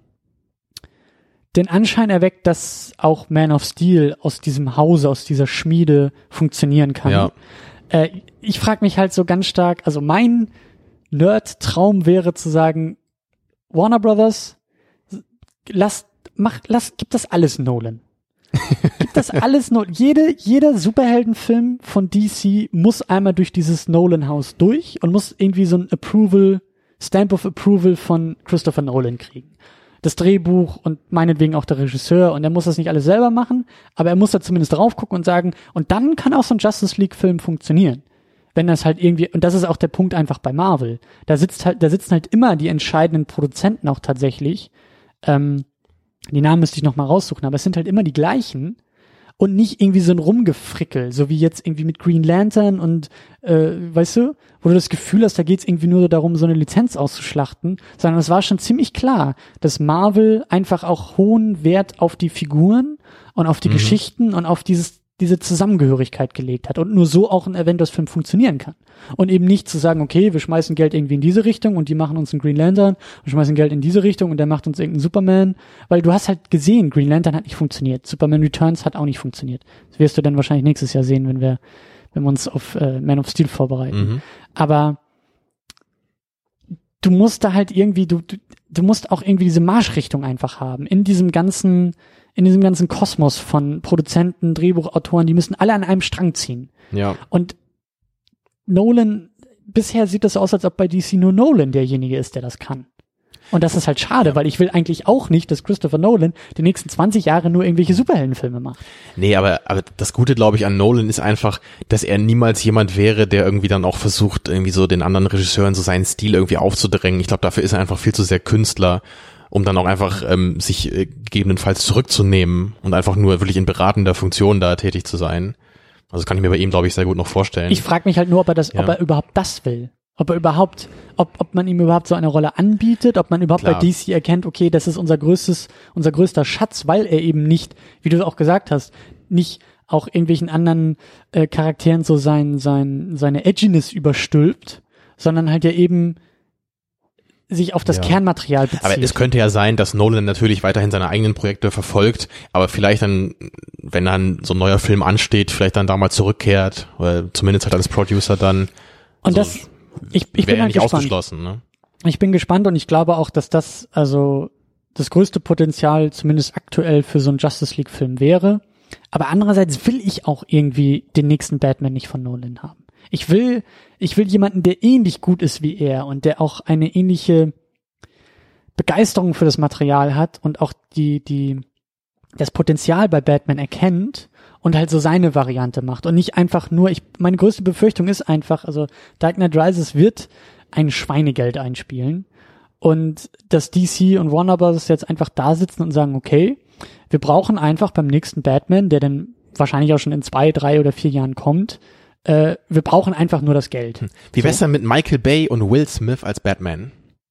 den Anschein erweckt, dass auch Man of Steel aus diesem Hause, aus dieser Schmiede funktionieren kann. Ja. Äh, ich frage mich halt so ganz stark, also mein Nerd-Traum wäre zu sagen, Warner Brothers, lass, mach, lass, gib das alles Nolan. Gib das alles Nolan. Jede, jeder Superheldenfilm von D C muss einmal durch dieses Nolan-Haus durch und muss irgendwie so ein Approval, Stamp of Approval von Christopher Nolan kriegen. Das Drehbuch und meinetwegen auch der Regisseur, und er muss das nicht alles selber machen, aber er muss da zumindest drauf gucken und sagen, und dann kann auch so ein Justice League-Film funktionieren. Wenn das halt irgendwie, und das ist auch der Punkt einfach bei Marvel, da sitzt halt, da sitzen halt immer die entscheidenden Produzenten auch tatsächlich, ähm, die Namen müsste ich noch mal raussuchen, aber es sind halt immer die gleichen und nicht irgendwie so ein Rumgefrickel, so wie jetzt irgendwie mit Green Lantern und, äh, weißt du, wo du das Gefühl hast, da geht's irgendwie nur darum, so eine Lizenz auszuschlachten, sondern es war schon ziemlich klar, dass Marvel einfach auch hohen Wert auf die Figuren und auf die Mhm. Geschichten und auf dieses diese Zusammengehörigkeit gelegt hat und nur so auch ein Avengers-Film funktionieren kann. Und eben nicht zu sagen, okay, wir schmeißen Geld irgendwie in diese Richtung und die machen uns einen Green Lantern, wir schmeißen Geld in diese Richtung und der macht uns irgendeinen Superman, weil du hast halt gesehen, Green Lantern hat nicht funktioniert, Superman Returns hat auch nicht funktioniert. Das wirst du dann wahrscheinlich nächstes Jahr sehen, wenn wir, wenn wir uns auf äh, Man of Steel vorbereiten. Mhm. Aber du musst da halt irgendwie, du, du, du musst auch irgendwie diese Marschrichtung einfach haben in diesem ganzen in diesem ganzen Kosmos von Produzenten, Drehbuchautoren, die müssen alle an einem Strang ziehen. Ja. Und Nolan, bisher sieht das so aus, als ob bei D C nur Nolan derjenige ist, der das kann. Und das ist halt schade, Ja. weil ich will eigentlich auch nicht, dass Christopher Nolan die nächsten zwanzig Jahre nur irgendwelche Superheldenfilme macht. Nee, aber, aber das Gute, glaube ich, an Nolan ist einfach, dass er niemals jemand wäre, der irgendwie dann auch versucht, irgendwie so den anderen Regisseuren so seinen Stil irgendwie aufzudrängen. Ich glaube, dafür ist er einfach viel zu sehr Künstler, um dann auch einfach ähm, sich äh, gegebenenfalls zurückzunehmen und einfach nur wirklich in beratender Funktion da tätig zu sein. Also das kann ich mir bei ihm, glaube ich, sehr gut noch vorstellen. Ich frage mich halt nur, ob er das, Ja. ob er überhaupt das will. Ob er überhaupt, ob, ob man ihm überhaupt so eine Rolle anbietet, ob man überhaupt Klar. bei D C erkennt, okay, das ist unser größtes, unser größter Schatz, weil er eben nicht, wie du auch gesagt hast, nicht auch irgendwelchen anderen äh, Charakteren so sein, sein, seine Edginess überstülpt, sondern halt ja eben sich auf das Ja. Kernmaterial bezieht. Aber es könnte ja sein, dass Nolan natürlich weiterhin seine eigenen Projekte verfolgt, aber vielleicht dann, wenn dann so ein neuer Film ansteht, vielleicht dann da mal zurückkehrt, oder zumindest halt als Producer dann. Und Also, das, ich, ich wäre bin ja halt nicht gespannt. ausgeschlossen, ne? Ich bin gespannt und ich glaube auch, dass das also das größte Potenzial zumindest aktuell für so einen Justice League Film wäre. Aber andererseits will ich auch irgendwie den nächsten Batman nicht von Nolan haben. Ich will, ich will jemanden, der ähnlich gut ist wie er und der auch eine ähnliche Begeisterung für das Material hat und auch die, die, das Potenzial bei Batman erkennt und halt so seine Variante macht und nicht einfach nur, ich, meine größte Befürchtung ist einfach, also Dark Knight Rises wird ein Schweinegeld einspielen und dass D C und Warner Bros. Jetzt einfach da sitzen und sagen, okay, wir brauchen einfach beim nächsten Batman, der dann wahrscheinlich auch schon in zwei, drei oder vier Jahren kommt, äh, wir brauchen einfach nur das Geld. Wie wär's denn mit Michael Bay und Will Smith als Batman?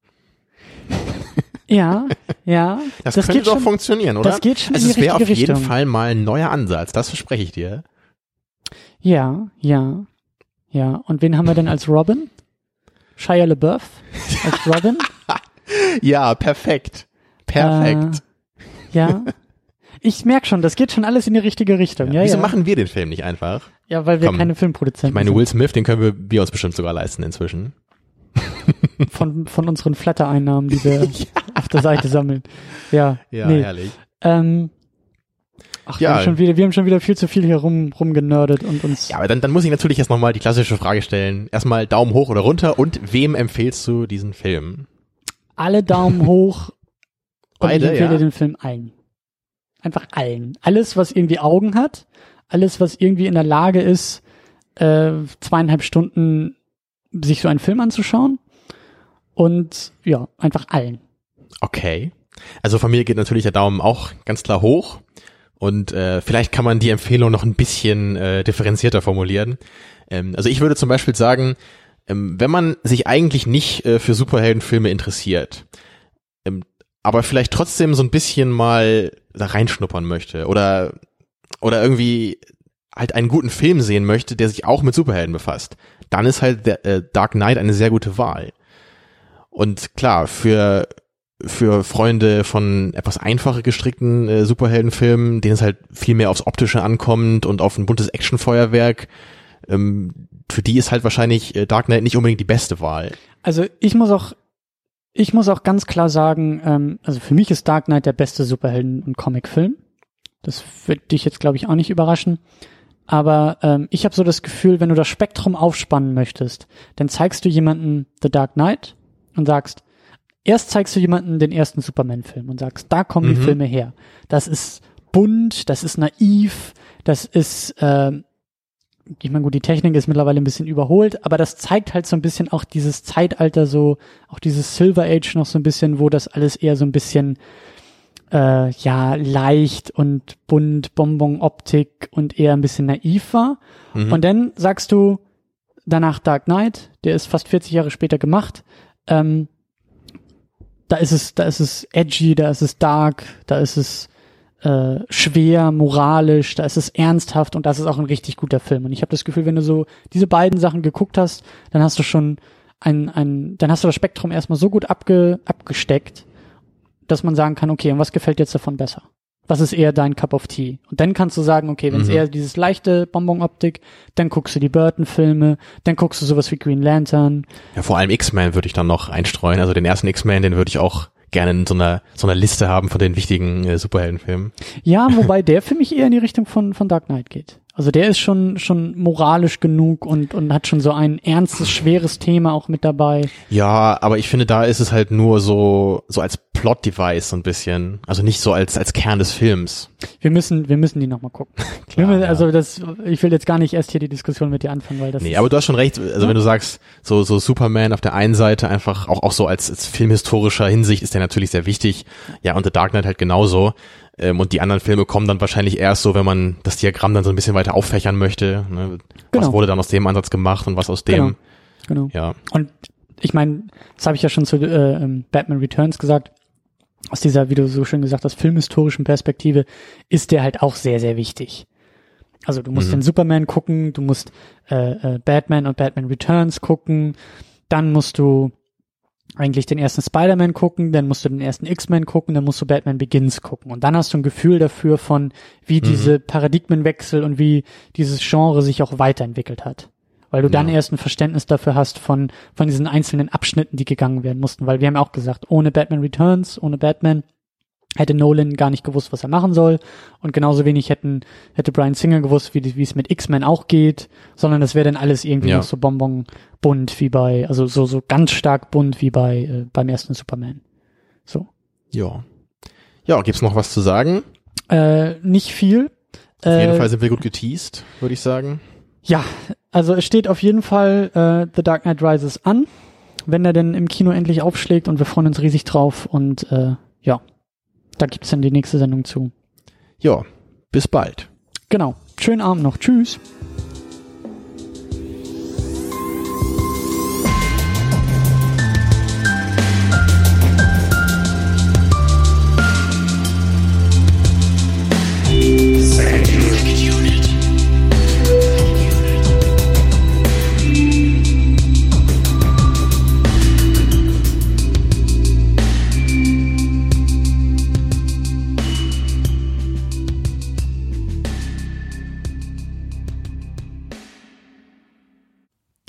Ja, ja. Das, das könnte geht doch schon, funktionieren, oder? das geht schon also in es die wäre auf richtige jeden Richtung. Fall mal ein neuer Ansatz, das verspreche ich dir. Ja, ja, ja. Und wen haben wir denn als Robin? Shia LaBeouf als Robin? Ja, perfekt. Perfekt. Äh, ja. Ich merke schon, das geht schon alles in die richtige Richtung. Ja, ja, wieso ja. machen wir den Film nicht einfach? Ja, weil wir Komm, keine Filmproduzenten Ich meine, sind. Will Smith, den können wir, wir uns bestimmt sogar leisten inzwischen. Von, von unseren Flatter-Einnahmen, die wir auf der Seite sammeln. Ja, Ja, nee. herrlich. Ähm, ach, Ja. wir, haben schon wieder, wir haben schon wieder viel zu viel hier rum, rumgenördet und uns... Ja, aber dann, dann muss ich natürlich jetzt nochmal die klassische Frage stellen. Erstmal Daumen hoch oder runter und wem empfehlst du diesen Film? Alle Daumen hoch und Beide, ich empfehle ja. den Film allen. Einfach allen. Alles, was irgendwie Augen hat, alles, was irgendwie in der Lage ist, äh, zweieinhalb Stunden sich so einen Film anzuschauen und ja, einfach allen. Okay. Also von mir geht natürlich der Daumen auch ganz klar hoch und äh, vielleicht kann man die Empfehlung noch ein bisschen äh, differenzierter formulieren. Ähm, also ich würde zum Beispiel sagen, ähm, wenn man sich eigentlich nicht äh, für Superheldenfilme interessiert, ähm, aber vielleicht trotzdem so ein bisschen mal da reinschnuppern möchte oder oder irgendwie halt einen guten Film sehen möchte, der sich auch mit Superhelden befasst, dann ist halt der, äh, Dark Knight eine sehr gute Wahl. Und klar, für für Freunde von etwas einfacher gestrickten äh, Superheldenfilmen, denen es halt viel mehr aufs Optische ankommt und auf ein buntes Actionfeuerwerk, ähm, für die ist halt wahrscheinlich äh, Dark Knight nicht unbedingt die beste Wahl. Also ich muss auch, ich muss auch ganz klar sagen, ähm, also für mich ist Dark Knight der beste Superhelden- und Comicfilm. Das wird dich jetzt, glaube ich, auch nicht überraschen. Aber ähm, ich habe so das Gefühl, wenn du das Spektrum aufspannen möchtest, dann zeigst du jemanden The Dark Knight und sagst, erst zeigst du jemanden den ersten Superman-Film und sagst, da kommen Mhm. die Filme her. Das ist bunt, das ist naiv, das ist, ähm, ich meine, gut, die Technik ist mittlerweile ein bisschen überholt, aber das zeigt halt so ein bisschen auch dieses Zeitalter, so auch dieses Silver Age noch so ein bisschen, wo das alles eher so ein bisschen äh, ja, leicht und bunt, Bonbon-Optik und eher ein bisschen naiv war. Mhm. Und dann sagst du danach Dark Knight, der ist fast vierzig Jahre später gemacht, ähm, da ist es, da ist es edgy, da ist es dark, da ist es äh, schwer, moralisch, da ist es ernsthaft und das ist auch ein richtig guter Film. Und ich habe das Gefühl, wenn du so diese beiden Sachen geguckt hast, dann hast du schon ein, ein, dann hast du das Spektrum erstmal so gut abge, abgesteckt, dass man sagen kann, okay, und was gefällt dir jetzt davon besser? Was ist eher dein Cup of Tea? Und dann kannst du sagen, okay, wenn es Mhm. eher dieses leichte Bonbon-Optik, dann guckst du die Burton-Filme, dann guckst du sowas wie Green Lantern. Ja, vor allem X-Men würde ich dann noch einstreuen. Also den ersten X-Men, den würde ich auch gerne in so einer so einer Liste haben von den wichtigen äh, Superheldenfilmen. Ja, wobei der für mich eher in die Richtung von, von Dark Knight geht. Also der ist schon, schon moralisch genug und, und hat schon so ein ernstes, schweres Thema auch mit dabei. Ja, aber ich finde, da ist es halt nur so so als Plot-Device so ein bisschen. Also nicht so als als Kern des Films. Wir müssen, wir müssen die nochmal gucken. Klar, wir müssen, ja. Also das, ich will jetzt gar nicht erst hier die Diskussion mit dir anfangen, weil das Nee, ist, aber du hast schon recht. Also wenn du sagst, so so Superman auf der einen Seite einfach auch auch so als, als filmhistorischer Hinsicht ist der natürlich sehr wichtig. Ja, und The Dark Knight halt genauso. Ähm, und die anderen Filme kommen dann wahrscheinlich erst so, wenn man das Diagramm dann so ein bisschen weiter auffächern möchte. Ne? Genau. Was wurde dann aus dem Ansatz gemacht und was aus dem? Genau. Ja. Und ich meine, das habe ich ja schon zu äh, ähm, Batman Returns gesagt, aus dieser, wie du so schön gesagt hast, filmhistorischen Perspektive ist der halt auch sehr, sehr wichtig. Also du musst Mhm. den Superman gucken, du musst äh, äh, Batman und Batman Returns gucken, dann musst du eigentlich den ersten Spider-Man gucken, dann musst du den ersten X-Men gucken, dann musst du Batman Begins gucken. Und dann hast du ein Gefühl dafür von, wie Mhm. diese Paradigmenwechsel und wie dieses Genre sich auch weiterentwickelt hat. Weil du dann Ja. erst ein Verständnis dafür hast von, von diesen einzelnen Abschnitten, die gegangen werden mussten. Weil wir haben ja auch gesagt, ohne Batman Returns, ohne Batman, hätte Nolan gar nicht gewusst, was er machen soll. Und genauso wenig hätten, hätte Bryan Singer gewusst, wie, die- wie es mit X-Men auch geht. Sondern das wäre dann alles irgendwie Ja. noch so bonbon bunt wie bei, also so, so ganz stark bunt wie bei, äh, beim ersten Superman. So. Ja. Ja, gibt's noch was zu sagen? Äh, nicht viel. Auf jeden Äh, Fall sind wir gut geteased, würde ich sagen. Ja, also es steht auf jeden Fall äh, The Dark Knight Rises an, wenn er denn im Kino endlich aufschlägt und wir freuen uns riesig drauf und äh, ja, da gibt's dann die nächste Sendung zu. Ja, bis bald. Genau. Schönen Abend noch. Tschüss.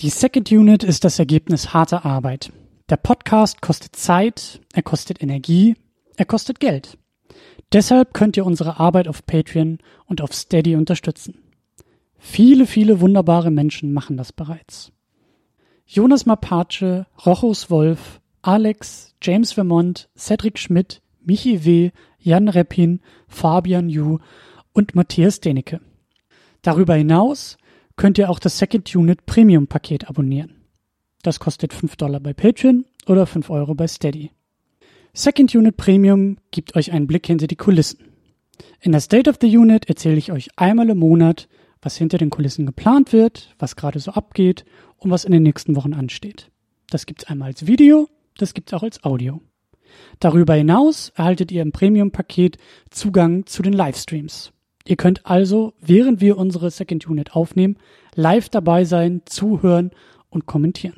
Die Second Unit ist das Ergebnis harter Arbeit. Der Podcast kostet Zeit, er kostet Energie, er kostet Geld. Deshalb könnt ihr unsere Arbeit auf Patreon und auf Steady unterstützen. Viele, viele wunderbare Menschen machen das bereits. Jonas Mapace, Rochus Wolf, Alex, James Vermont, Cedric Schmidt, Michi W., Jan Reppin, Fabian Yu und Matthias Denecke. Darüber hinaus könnt ihr auch das Second Unit Premium Paket abonnieren. Das kostet fünf Dollar bei Patreon oder fünf Euro bei Steady. Second Unit Premium gibt euch einen Blick hinter die Kulissen. In der State of the Unit erzähle ich euch einmal im Monat, was hinter den Kulissen geplant wird, was gerade so abgeht und was in den nächsten Wochen ansteht. Das gibt's einmal als Video, das gibt's auch als Audio. Darüber hinaus erhaltet ihr im Premium-Paket Zugang zu den Livestreams. Ihr könnt also, während wir unsere Second Unit aufnehmen, live dabei sein, zuhören und kommentieren.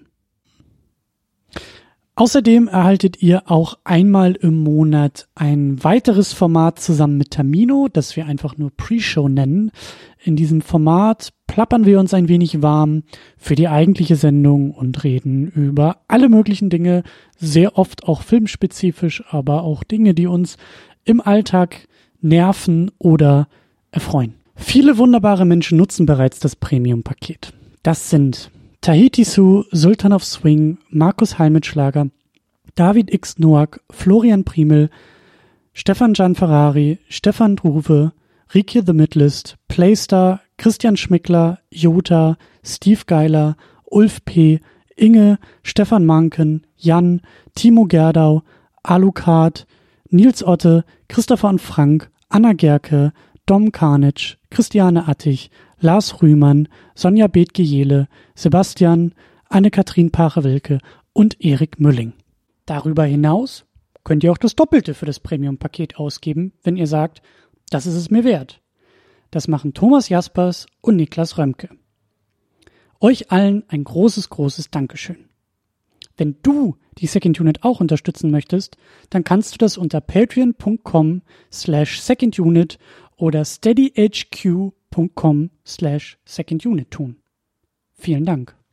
Außerdem erhaltet ihr auch einmal im Monat ein weiteres Format zusammen mit Tamino, das wir einfach nur Pre-Show nennen. In diesem Format plappern wir uns ein wenig warm für die eigentliche Sendung und reden über alle möglichen Dinge, sehr oft auch filmspezifisch, aber auch Dinge, die uns im Alltag nerven oder erfreuen. Viele wunderbare Menschen nutzen bereits das Premium-Paket. Das sind Tahiti Su, Sultan of Swing, Markus Halmitschlager, David X. Noack, Florian Primel, Stefan Gianferrari, Stefan Druwe, Rike The Midlist, Playstar, Christian Schmickler, Jota, Steve Geiler, Ulf P., Inge, Stefan Manken, Jan, Timo Gerdau, Alucard, Nils Otte, Christopher und Frank, Anna Gerke, Dom Karnitsch, Christiane Attich, Lars Rühmann, Sonja Bethge-Jele, Sebastian, Anne-Kathrin Pache-Wilke und Erik Mülling. Darüber hinaus könnt ihr auch das Doppelte für das Premium-Paket ausgeben, wenn ihr sagt, das ist es mir wert. Das machen Thomas Jaspers und Niklas Römke. Euch allen ein großes, großes Dankeschön. Wenn du die Second Unit auch unterstützen möchtest, dann kannst du das unter patreon.com slash second unit oder steadyhq.com slash second unit tun. Vielen Dank.